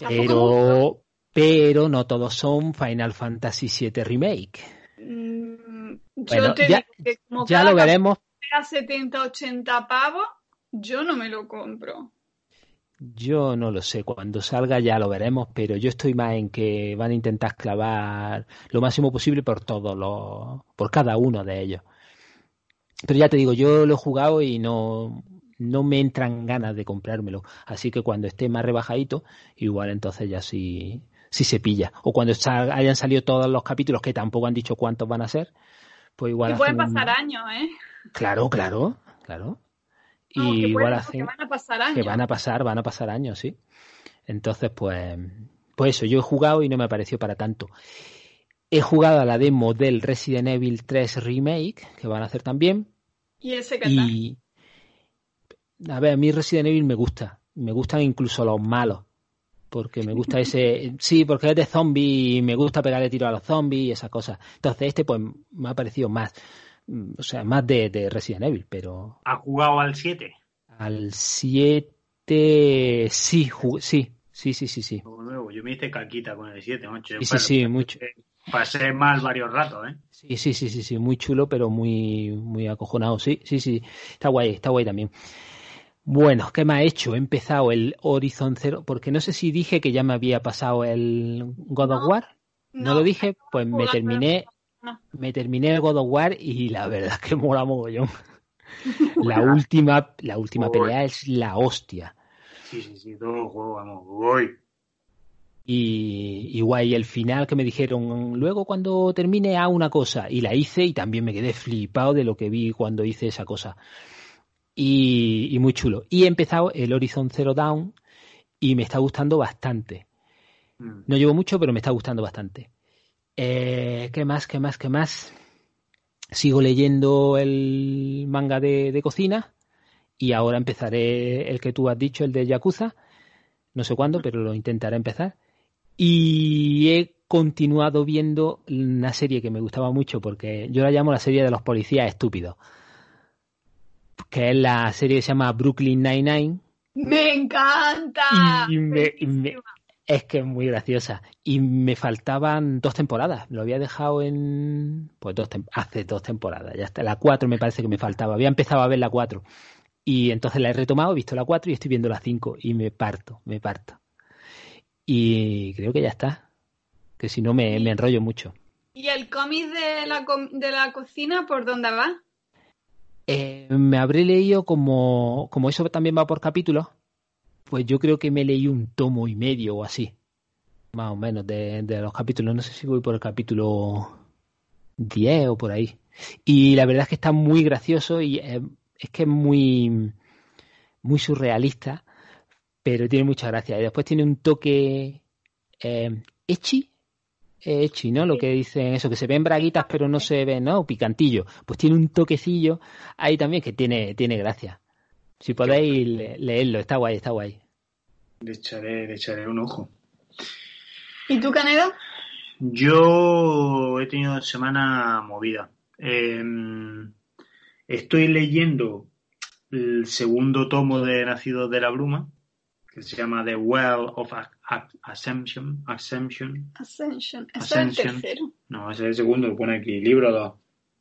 Pero no todos son Final Fantasy VII Remake. Yo te digo que como ya lo veremos. A 70, 80 pavos, yo no me lo compro. Yo no lo sé, cuando salga ya lo veremos, pero yo estoy más en que van a intentar clavar lo máximo posible por cada uno de ellos. Pero ya te digo, yo lo he jugado y no me entran ganas de comprármelo. Así que cuando esté más rebajadito, igual entonces ya sí se pilla. O cuando hayan salido todos los capítulos, que tampoco han dicho cuántos van a ser, pues igual. Y pueden pasar años, ¿eh? Claro. Y igual hacen. Que van a pasar años. Que van a pasar años, sí. Entonces, pues eso, yo he jugado y no me pareció para tanto. He jugado a la demo del Resident Evil 3 Remake, que van a hacer también. ¿Y ese qué tal? A ver, a mí Resident Evil me gusta. Me gustan incluso los malos. porque me gusta ese... Sí, porque es de zombie y me gusta pegarle tiro a los zombies y esas cosas. Entonces pues me ha parecido más, o sea, más de Resident Evil, pero... ¿Has jugado al 7? Al 7... Sí. Nuevo. Yo me hice caquita con el 7, macho. Sí, mucho. Pasé mal varios ratos, ¿eh? Sí, muy chulo, pero muy acojonado. Sí. Está guay también. Bueno, ¿qué me ha hecho? He empezado el Horizon Zero, porque no sé si dije que ya me había pasado el God of War. ¿No lo dije? Pues me terminé el God of War y la verdad es que mola mogollón. La última pelea es la hostia. Sí, todo el juego, vamos, voy. Y guay, el final que me dijeron, luego cuando termine haz una cosa, y la hice y también me quedé flipado de lo que vi cuando hice esa cosa. Y muy chulo. Y he empezado el Horizon Zero Dawn y me está gustando bastante. No llevo mucho, pero me está gustando bastante. ¿Qué más? Sigo leyendo el manga de cocina y ahora empezaré el que tú has dicho, el de Yakuza. No sé cuándo, pero lo intentaré empezar. Y he continuado viendo una serie que me gustaba mucho porque yo la llamo la serie de los policías estúpidos, que es la serie que se llama Brooklyn Nine-Nine. ¡Me encanta! Es que es muy graciosa. Y me faltaban 2 temporadas. Lo había dejado en... Pues hace 2 temporadas. Ya está. La 4 me parece que me faltaba. Había empezado a ver la 4. Y entonces la he retomado, he visto la 4 y estoy viendo la 5. Y me parto. Y creo que ya está. Que si no me enrollo mucho. ¿Y el cómic de la cocina por dónde va? Me habré leído como eso también va por capítulos, pues yo creo que me leí 1 tomo y medio o así, más o menos, de los capítulos. No sé si voy por el capítulo 10 o por ahí. Y la verdad es que está muy gracioso y es que es muy, muy surrealista, pero tiene mucha gracia. Y después tiene un toque ecchi, ¿no? Lo que dicen eso, que se ven braguitas pero no se ven, ¿no? Picantillo. Pues tiene un toquecillo ahí también que tiene gracia. Si podéis leerlo, está guay. Le echaré un ojo. ¿Y tú, Canedo? Yo he tenido semana movida. Estoy leyendo el segundo tomo de Nacidos de la Bruma, que se llama The Well of Ascension. ¿Ese es el tercero? No, ese es el segundo, que pone aquí, libro 2.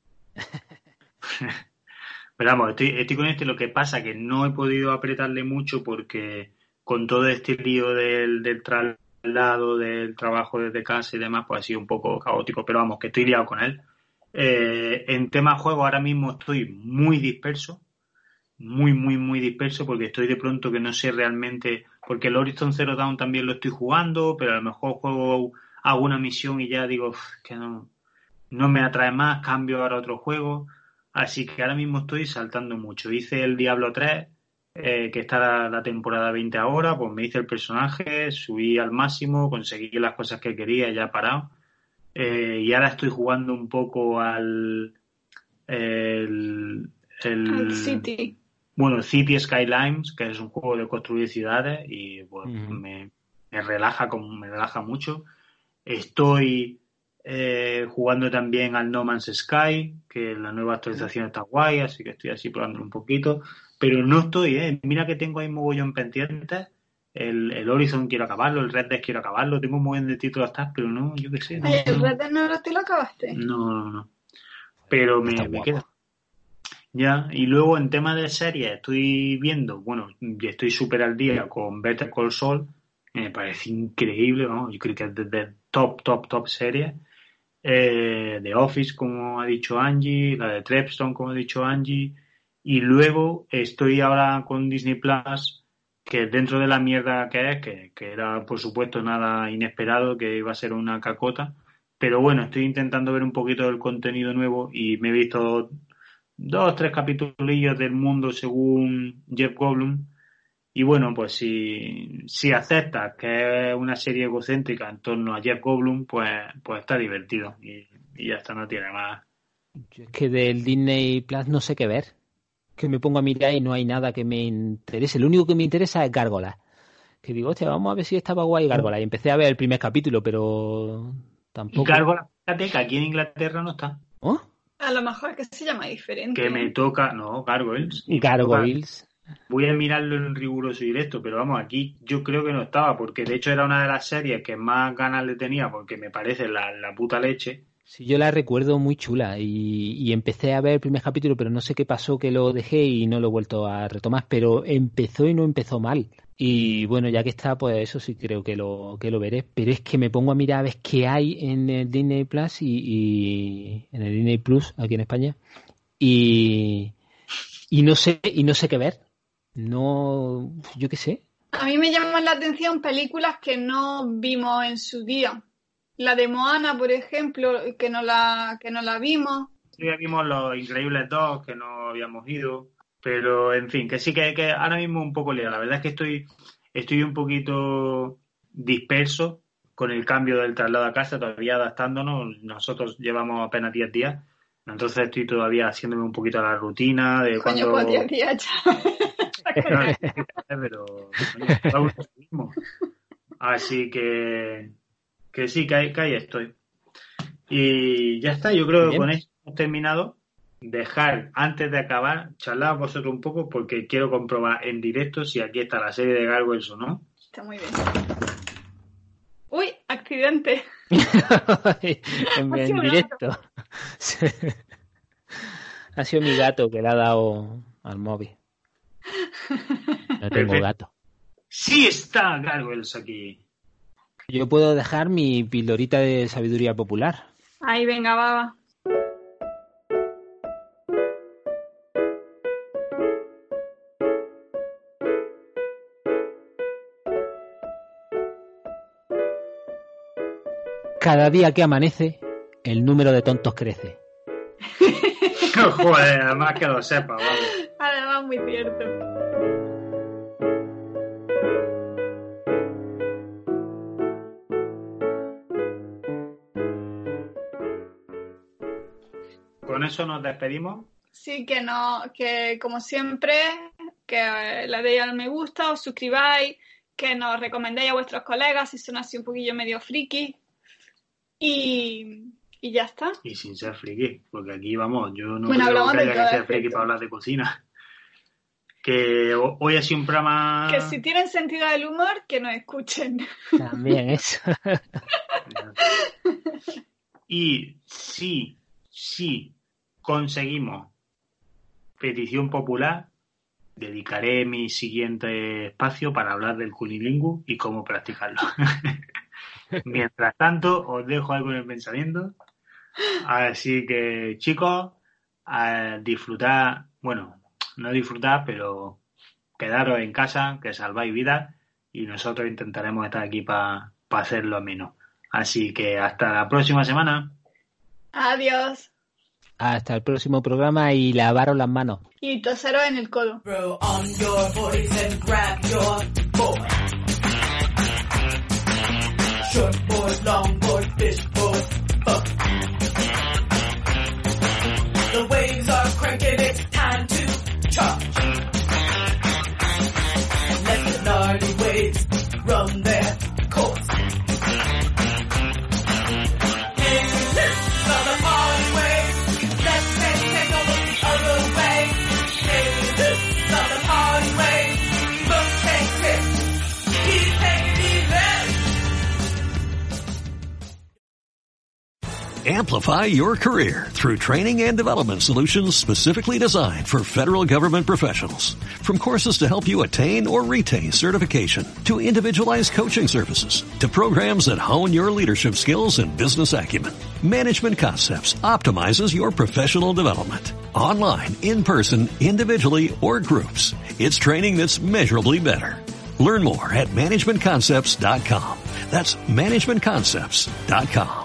Pero vamos, estoy con este. Lo que pasa que no he podido apretarle mucho porque con todo este lío del traslado, del trabajo desde casa y demás, pues ha sido un poco caótico. Pero vamos, que estoy liado con él. En tema juego ahora mismo estoy muy disperso. Muy disperso, porque estoy de pronto que no sé realmente, porque el Horizon Zero Dawn también lo estoy jugando, pero a lo mejor hago una misión y ya digo que no me atrae más, cambio ahora a otro juego, así que ahora mismo estoy saltando mucho. Hice el Diablo 3, que está la temporada 20 ahora, pues me hice el personaje, subí al máximo, conseguí las cosas que quería y ya he parado, y ahora estoy jugando un poco al City. Bueno, City Skylines, que es un juego de construir ciudades y pues, me relaja mucho. Estoy jugando también al No Man's Sky, que la nueva actualización está guay, así que estoy así probándolo un poquito. Pero no estoy, mira que tengo ahí mogollón pendientes. El Horizon quiero acabarlo, el Red Dead quiero acabarlo, tengo un montón de títulos hasta, pero no, yo qué sé. ¿El Red Dead no lo acabaste? No. Pero me queda. Ya, y luego en tema de series estoy viendo, estoy súper al día con Better Call Saul, me parece increíble, ¿no? Yo creo que es de top series. The Office, como ha dicho Angie, la de Trepstone, como ha dicho Angie, y luego estoy ahora con Disney Plus, que dentro de la mierda que era por supuesto nada inesperado, que iba a ser una cacota, pero bueno, estoy intentando ver un poquito del contenido nuevo y me he visto 2-3 capitulillos del mundo según Jeff Goldblum. Y bueno, pues si aceptas que es una serie egocéntrica en torno a Jeff Goldblum, pues está divertido. Y ya está, no tiene más. Yo es que del Disney Plus no sé qué ver. Que me pongo a mirar y no hay nada que me interese. Lo único que me interesa es Gárgolas. que digo, hostia, vamos a ver si estaba guay Gárgolas. Y empecé a ver el primer capítulo, pero tampoco... Y Gárgolas, fíjate que aquí en Inglaterra no está. ¿Oh? A lo mejor es que se llama diferente. Que me toca... No, Gargoyles. Gargoyles. Voy a mirarlo en riguroso directo, pero vamos, aquí yo creo que no estaba, porque de hecho era una de las series que más ganas le tenía, porque me parece la puta leche. Sí, yo la recuerdo muy chula y empecé a ver el primer capítulo, pero no sé qué pasó que lo dejé y no lo he vuelto a retomar, pero empezó y no empezó mal. Y bueno, ya que está, pues eso sí creo que lo veré, pero es que me pongo a mirar a ver qué hay en el Disney Plus y en el Disney Plus aquí en España y no sé qué ver. No, yo qué sé. A mí me llaman la atención películas que no vimos en su día. La de Moana, por ejemplo, que no la vimos. Sí, vimos Los Increíbles 2, que no habíamos ido. Pero, en fin, que sí que ahora mismo un poco liado. La verdad es que estoy un poquito disperso con el cambio del traslado a casa, todavía adaptándonos. Nosotros llevamos apenas 10 días. Entonces estoy todavía haciéndome un poquito la rutina de cuando... Coño, 10 días ya. Pero coño, mismo. Así que sí, que ahí estoy. Y ya está, yo creo que con esto hemos terminado. Dejar, antes de acabar, charlar vosotros un poco porque quiero comprobar en directo si aquí está la serie de Gargoyles o no. Está muy bien. ¡Uy! ¡Accidente! en directo. Ha sido mi gato que le ha dado al móvil. No tengo gato. Sí está Gargoyles aquí. Yo puedo dejar mi pildorita de sabiduría popular. Ahí, venga, va. Cada día que amanece, el número de tontos crece. Joder, además que lo sepa, vale. Además, muy cierto. ¿Con eso nos despedimos? Sí, que como siempre, que le deis al me gusta, os suscribáis, que nos recomendéis a vuestros colegas si son así un poquillo medio friki. Y ya está. Y sin ser friki, porque aquí vamos, yo no creo que haya que ser friki para hablar de cocina. Que hoy ha sido un programa... Que si tienen sentido del humor, que nos escuchen. También eso. Y si conseguimos petición popular, dedicaré mi siguiente espacio para hablar del cunilingus y cómo practicarlo. Mientras tanto, os dejo algo en el pensamiento. Así que, chicos, a disfrutar, bueno, no disfrutar, pero quedaros en casa, que salváis vidas, y nosotros intentaremos estar aquí para hacerlo ameno. Así que hasta la próxima semana. Adiós. Hasta el próximo programa y lavaros las manos. Y toseros en el codo. Short board, long board, fish board, fuck. The waves are cranking, it's time to charge. Let the gnarly waves run their course. Hey, this are the party waves. Let's take a look the other way. Hey, this are the party waves. Look, take this. Keep taking these legs. Amplify your career through training and development solutions specifically designed for federal government professionals. From courses to help you attain or retain certification, to individualized coaching services, to programs that hone your leadership skills and business acumen, Management Concepts optimizes your professional development. Online, in person, individually, or groups, it's training that's measurably better. Learn more at managementconcepts.com. That's managementconcepts.com.